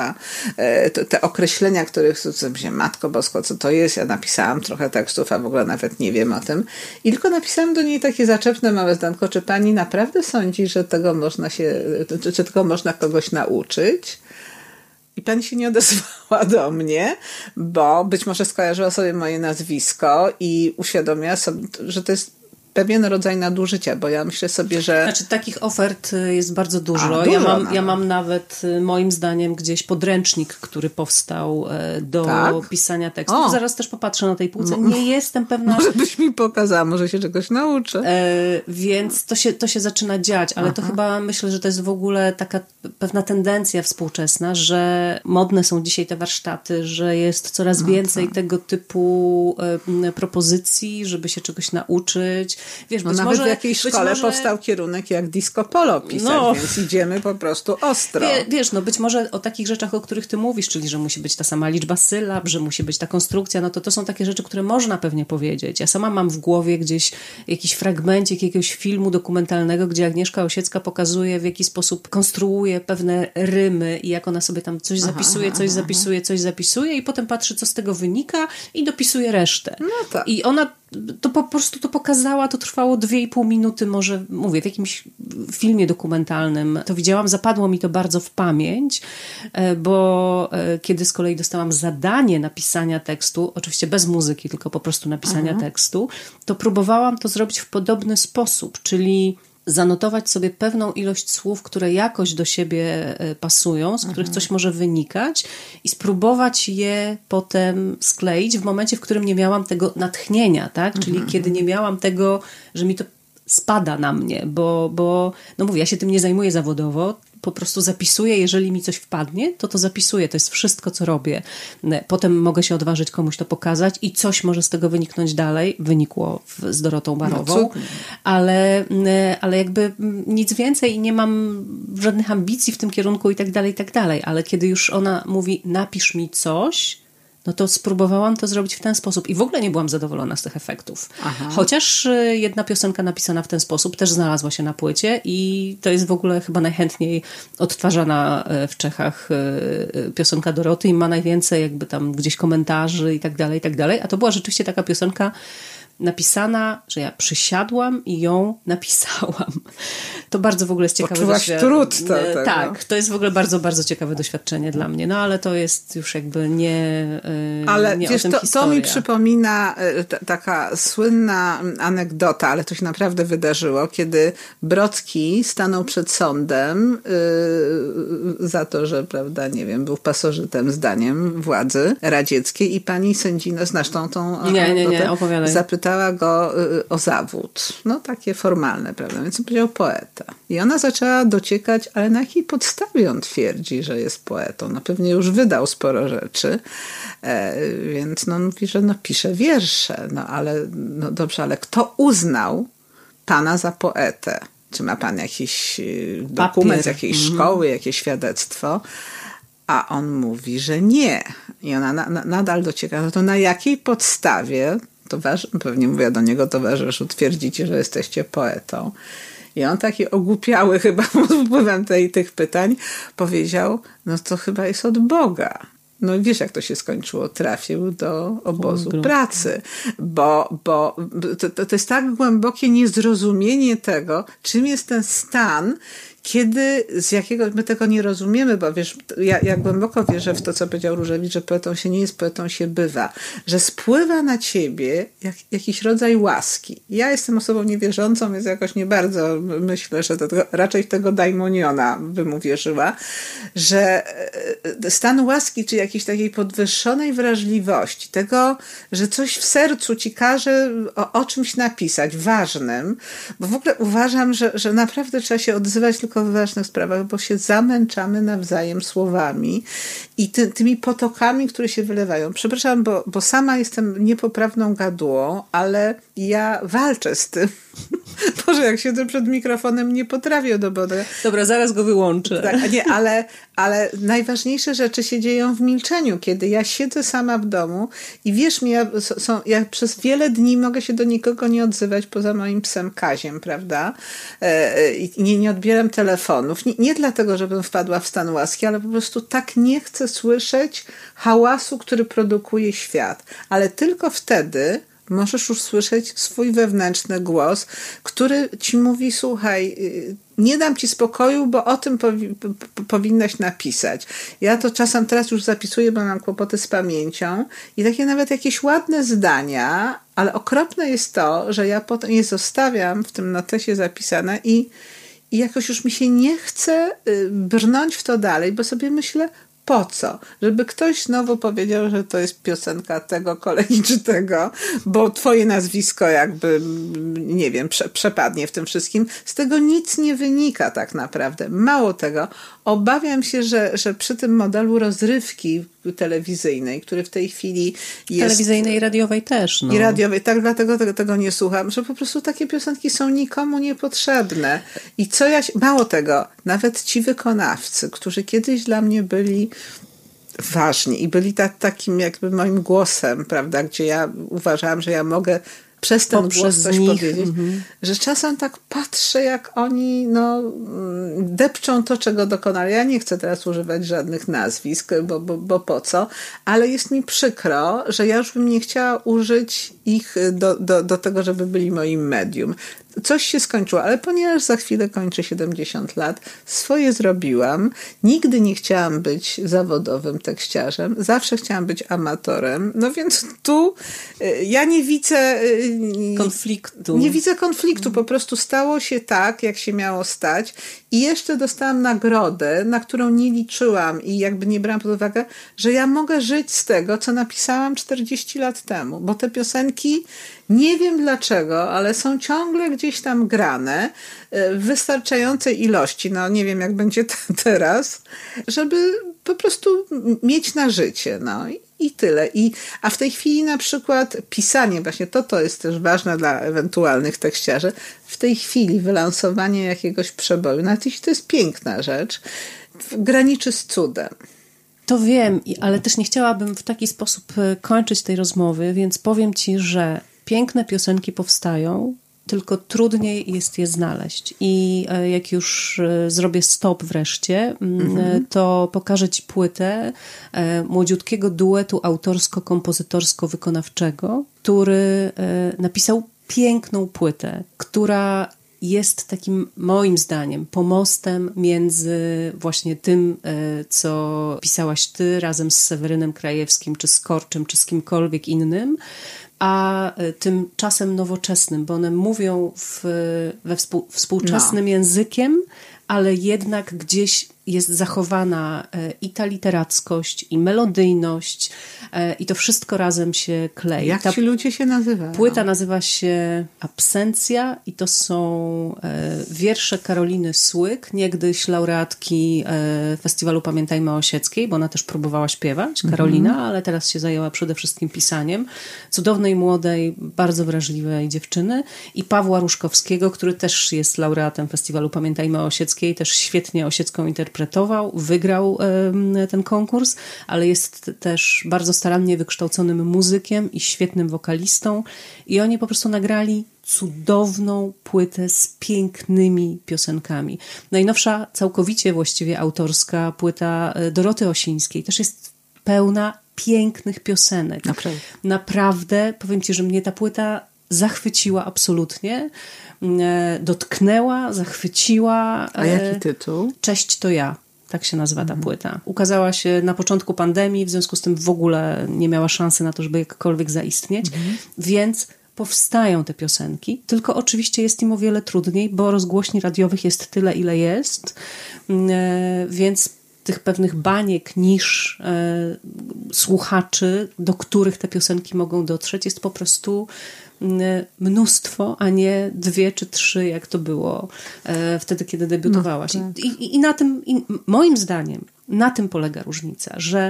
te określenia, których się, Matko Bosko, co to jest? Ja napisałam trochę tekstów, a w ogóle nawet nie wiem o tym. I tylko napisałam do niej takie zaczepne małe zdanko, czy pani naprawdę sądzi, że tego można czy tego można kogoś nauczyć? I pani się nie odezwała do mnie, bo być może skojarzyła sobie moje nazwisko i uświadomiła sobie, że to jest pewien rodzaj nadużycia, bo ja myślę sobie, że... Znaczy takich ofert jest bardzo dużo. Ja mam nawet moim zdaniem gdzieś podręcznik, który powstał do pisania tekstów. Zaraz też popatrzę na tej półce. Nie jestem pewna... Może byś mi pokazała, może się czegoś nauczę. Więc to się zaczyna dziać, ale to chyba myślę, że to jest w ogóle taka pewna tendencja współczesna, że modne są dzisiaj te warsztaty, że jest coraz więcej tego typu propozycji, żeby się czegoś nauczyć. Wiesz, no nawet w jakiejś szkole powstał kierunek jak disco polo pisać, więc idziemy po prostu ostro. Wiesz, no być może o takich rzeczach, o których ty mówisz, czyli że musi być ta sama liczba sylab, że musi być ta konstrukcja, no to są takie rzeczy, które można pewnie powiedzieć. Ja sama mam w głowie gdzieś jakiś fragmencik jakiegoś filmu dokumentalnego, gdzie Agnieszka Osiecka pokazuje, w jaki sposób konstruuje pewne rymy i jak ona sobie tam coś zapisuje i potem patrzy, co z tego wynika i dopisuje resztę. No tak. I ona to po prostu to pokazała, to trwało 2,5 minuty, może mówię, w jakimś filmie dokumentalnym. To widziałam, zapadło mi to bardzo w pamięć, bo kiedy z kolei dostałam zadanie napisania tekstu, oczywiście bez muzyki, tylko po prostu napisania tekstu, to próbowałam to zrobić w podobny sposób, czyli zanotować sobie pewną ilość słów, które jakoś do siebie pasują, z których coś może wynikać i spróbować je potem skleić w momencie, w którym nie miałam tego natchnienia, tak? Czyli kiedy nie miałam tego, że mi to spada na mnie, bo no mówię, ja się tym nie zajmuję zawodowo, po prostu zapisuję, jeżeli mi coś wpadnie, to zapisuję, to jest wszystko, co robię. Potem mogę się odważyć komuś to pokazać i coś może z tego wyniknąć dalej. Wynikło z Dorotą Barową, no, ale jakby nic więcej i nie mam żadnych ambicji w tym kierunku i tak dalej, ale kiedy już ona mówi, napisz mi coś, no to spróbowałam to zrobić w ten sposób i w ogóle nie byłam zadowolona z tych efektów. Chociaż jedna piosenka napisana w ten sposób też znalazła się na płycie i to jest w ogóle chyba najchętniej odtwarzana w Czechach piosenka Doroty i ma najwięcej jakby tam gdzieś komentarzy i tak dalej, a to była rzeczywiście taka piosenka napisana, że ja przysiadłam i ją napisałam. To bardzo w ogóle jest ciekawe doświadczenie. Trud tego. Tak, to jest w ogóle bardzo, bardzo ciekawe doświadczenie dla mnie. No ale to jest już jakby nie ale nie wiesz, o tym to mi przypomina taka słynna anegdota, ale to się naprawdę wydarzyło, kiedy Brodski stanął przed sądem za to, że, prawda, nie wiem, był pasożytem zdaniem władzy radzieckiej i pani sędzina, zresztą tą nie, opowiadaj. Zapytała go o zawód. No takie formalne, prawda? Więc on powiedział poeta. I ona zaczęła dociekać, ale na jakiej podstawie on twierdzi, że jest poetą? No pewnie już wydał sporo rzeczy, więc no mówi, że no pisze wiersze. No ale, no dobrze, ale kto uznał pana za poetę? Czy ma pan jakiś dokument z jakiejś szkoły, jakieś świadectwo? A on mówi, że nie. I ona nadal docieka, no to na jakiej podstawie pewnie mówiła do niego, towarzyszu, twierdzicie, że jesteście poetą. I on taki ogłupiały chyba pod wpływem tych pytań powiedział, no to chyba jest od Boga. No wiesz, jak to się skończyło. Trafił do obozu pracy. Bo to jest tak głębokie niezrozumienie tego, czym jest ten stan, kiedy z jakiego my tego nie rozumiemy, bo wiesz, ja głęboko wierzę w to, co powiedział Różewicz, że poetą się nie jest, poetą się bywa, że spływa na ciebie jakiś rodzaj łaski. Ja jestem osobą niewierzącą, więc jakoś nie bardzo myślę, że raczej w tego daimoniona bym uwierzyła, że stan łaski, czy jakiejś takiej podwyższonej wrażliwości, tego, że coś w sercu ci każe o czymś napisać, ważnym, bo w ogóle uważam, że naprawdę trzeba się odzywać tylko w ważnych sprawach, bo się zamęczamy nawzajem słowami i tymi potokami, które się wylewają. Przepraszam, bo sama jestem niepoprawną gadułą, ale ja walczę z tym. Boże, jak siedzę przed mikrofonem, nie potrafię do bodu. Dobra, zaraz go wyłączę. Tak, nie, ale najważniejsze rzeczy się dzieją w milczeniu, kiedy ja siedzę sama w domu i wierz mi, ja przez wiele dni mogę się do nikogo nie odzywać poza moim psem Kaziem, prawda? I nie odbieram telefonów. Nie dlatego, żebym wpadła w stan łaski, ale po prostu tak nie chcę słyszeć hałasu, który produkuje świat. Ale tylko wtedy możesz już słyszeć swój wewnętrzny głos, który ci mówi, słuchaj, nie dam ci spokoju, bo o tym powinnaś napisać. Ja to czasem teraz już zapisuję, bo mam kłopoty z pamięcią i takie nawet jakieś ładne zdania, ale okropne jest to, że ja potem je zostawiam w tym notesie zapisane i jakoś już mi się nie chce brnąć w to dalej, bo sobie myślę, po co? Żeby ktoś znowu powiedział, że to jest piosenka tego kolegi czy tego, bo twoje nazwisko jakby, nie wiem, przepadnie w tym wszystkim. Z tego nic nie wynika tak naprawdę. Mało tego, obawiam się, że przy tym modelu rozrywki telewizyjnej, który w tej chwili jest... Telewizyjnej i radiowej też. No. I radiowej, tak, dlatego tego nie słucham, że po prostu takie piosenki są nikomu niepotrzebne. I mało tego, nawet ci wykonawcy, którzy kiedyś dla mnie byli ważni i byli takim jakby moim głosem, prawda, gdzie ja uważałam, że ja mogę przez ten głos coś powiedzieć, że czasem tak patrzę, jak oni depczą to, czego dokonali. Ja nie chcę teraz używać żadnych nazwisk, bo po co, ale jest mi przykro, że ja już bym nie chciała użyć ich do tego, żeby byli moim medium. Coś się skończyło, ale ponieważ za chwilę kończę 70 lat, swoje zrobiłam. Nigdy nie chciałam być zawodowym tekściarzem. Zawsze chciałam być amatorem. No więc tu ja nie widzę konfliktu. Nie widzę konfliktu. Po prostu stało się tak, jak się miało stać. I jeszcze dostałam nagrodę, na którą nie liczyłam i jakby nie brałam pod uwagę, że ja mogę żyć z tego, co napisałam 40 lat temu. Bo te piosenki, nie wiem dlaczego, ale są ciągle gdzieś tam grane w wystarczającej ilości, nie wiem jak będzie teraz, żeby po prostu mieć na życie. I tyle. A w tej chwili na przykład pisanie, właśnie to jest też ważne dla ewentualnych tekściarzy, w tej chwili wylansowanie jakiegoś przeboju, nawet jeśli to jest piękna rzecz, graniczy z cudem. To wiem, ale też nie chciałabym w taki sposób kończyć tej rozmowy, więc powiem ci, że piękne piosenki powstają, tylko trudniej jest je znaleźć. I jak już zrobię stop wreszcie, to pokażę ci płytę młodziutkiego duetu autorsko-kompozytorsko-wykonawczego, który napisał piękną płytę, która jest takim, moim zdaniem, pomostem między właśnie tym, co pisałaś ty razem z Sewerynem Krajewskim, czy z Korczym, czy z kimkolwiek innym, a tym czasem nowoczesnym, bo one mówią współczesnym językiem, ale jednak gdzieś jest zachowana i ta literackość, i melodyjność, i to wszystko razem się klei. Jak ci ludzie się nazywają? Płyta nazywa się Absencja i to są wiersze Karoliny Słyk, niegdyś laureatki Festiwalu Pamiętajmy Osieckiej, bo ona też próbowała śpiewać, Karolina, ale teraz się zajęła przede wszystkim pisaniem. Cudownej, młodej, bardzo wrażliwej dziewczyny i Pawła Różkowskiego, który też jest laureatem Festiwalu Pamiętajmy Osieckiej, też świetnie osiecką interpretował, wygrał ten konkurs, ale jest też bardzo starannie wykształconym muzykiem i świetnym wokalistą i oni po prostu nagrali cudowną płytę z pięknymi piosenkami. Najnowsza, całkowicie właściwie autorska płyta Doroty Osińskiej też jest pełna pięknych piosenek. Naprawdę, powiem ci, że mnie ta płyta zachwyciła absolutnie, dotknęła, zachwyciła. A jaki tytuł? Cześć, to ja. Tak się nazywa ta płyta. Ukazała się na początku pandemii, w związku z tym w ogóle nie miała szansy na to, żeby jakkolwiek zaistnieć, więc powstają te piosenki, tylko oczywiście jest im o wiele trudniej, bo rozgłośni radiowych jest tyle, ile jest, więc tych pewnych baniek, nisz słuchaczy, do których te piosenki mogą dotrzeć, jest po prostu mnóstwo, a nie 2 czy 3, jak to było wtedy, kiedy debiutowałaś. I na tym, moim zdaniem, na tym polega różnica, że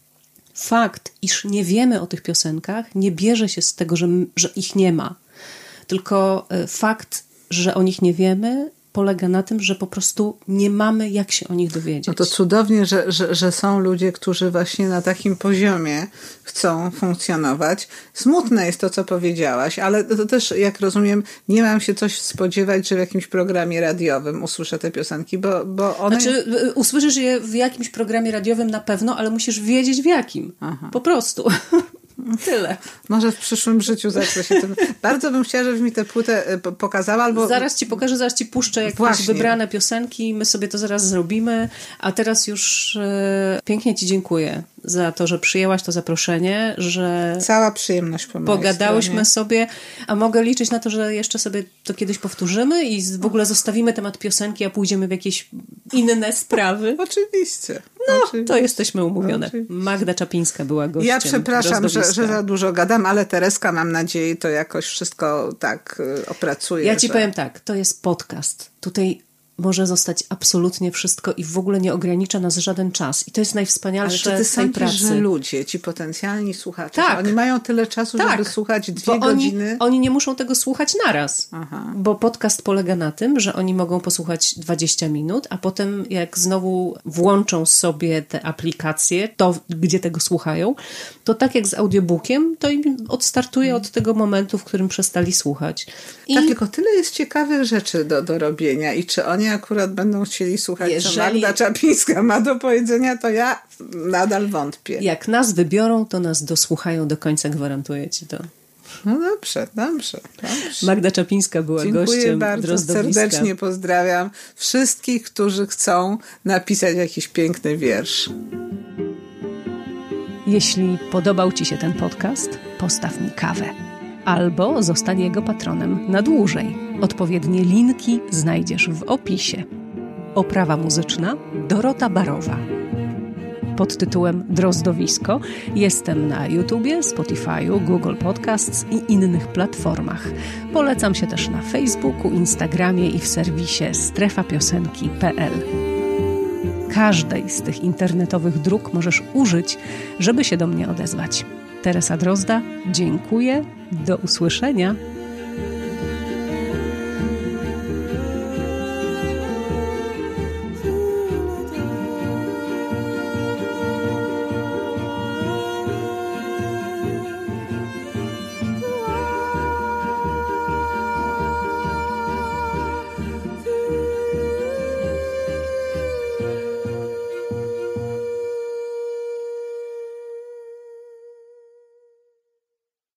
fakt, iż nie wiemy o tych piosenkach, nie bierze się z tego, że ich nie ma. Tylko fakt, że o nich nie wiemy, polega na tym, że po prostu nie mamy jak się o nich dowiedzieć. No to cudownie, że są ludzie, którzy właśnie na takim poziomie chcą funkcjonować. Smutne jest to, co powiedziałaś, ale to też, jak rozumiem, nie mam się coś spodziewać, że w jakimś programie radiowym usłyszę te piosenki, bo one... Znaczy, usłyszysz je w jakimś programie radiowym na pewno, ale musisz wiedzieć w jakim. Aha. Po prostu. Tyle. Może w przyszłym życiu zacznę się tym. Bardzo bym chciała, żebyś mi tę płytę pokazała. Albo... Zaraz ci pokażę, zaraz ci puszczę jakieś wybrane piosenki. My sobie to zaraz zrobimy. A teraz już pięknie ci dziękuję za to, że przyjęłaś to zaproszenie, że cała przyjemność po mojej pogadałyśmy stronie. sobie, a mogę liczyć na to, że jeszcze sobie to kiedyś powtórzymy i w ogóle zostawimy temat piosenki, a pójdziemy w jakieś inne sprawy. Oczywiście. Oczywiście. To jesteśmy umówione. Oczywiście. Magda Czapińska była gościem. Ja przepraszam, że za dużo gadam, ale Tereska, mam nadzieję, to jakoś wszystko tak opracuje. Ja ci powiem tak, to jest podcast. Tutaj może zostać absolutnie wszystko i w ogóle nie ogranicza nas żaden czas. I to jest najwspanialsze w tej pracy. Że ludzie, ci potencjalni słuchacze, oni mają tyle czasu, żeby słuchać 2 godziny? Oni nie muszą tego słuchać naraz. Bo podcast polega na tym, że oni mogą posłuchać 20 minut, a potem jak znowu włączą sobie te aplikacje, to gdzie tego słuchają, to tak jak z audiobookiem, to im odstartuje od tego momentu, w którym przestali słuchać. Tak, tylko tyle jest ciekawych rzeczy do robienia i czy oni akurat będą chcieli słuchać, co Magda Czapińska ma do powiedzenia, to ja nadal wątpię. Jak nas wybiorą, to nas dosłuchają do końca, gwarantuję ci to. No dobrze. Magda Czapińska była gościem Dziękuję bardzo, Drozdowiska. serdecznie pozdrawiam wszystkich, którzy chcą napisać jakiś piękny wiersz. Jeśli podobał ci się ten podcast, postaw mi kawę. Albo zostań jego patronem na dłużej. Odpowiednie linki znajdziesz w opisie. Oprawa muzyczna Dorota Barowa. Pod tytułem Drozdowisko jestem na YouTubie, Spotify'u, Google Podcasts i innych platformach. Polecam się też na Facebooku, Instagramie i w serwisie strefapiosenki.pl. Każdej z tych internetowych dróg możesz użyć, żeby się do mnie odezwać. Teresa Drozda, dziękuję, do usłyszenia.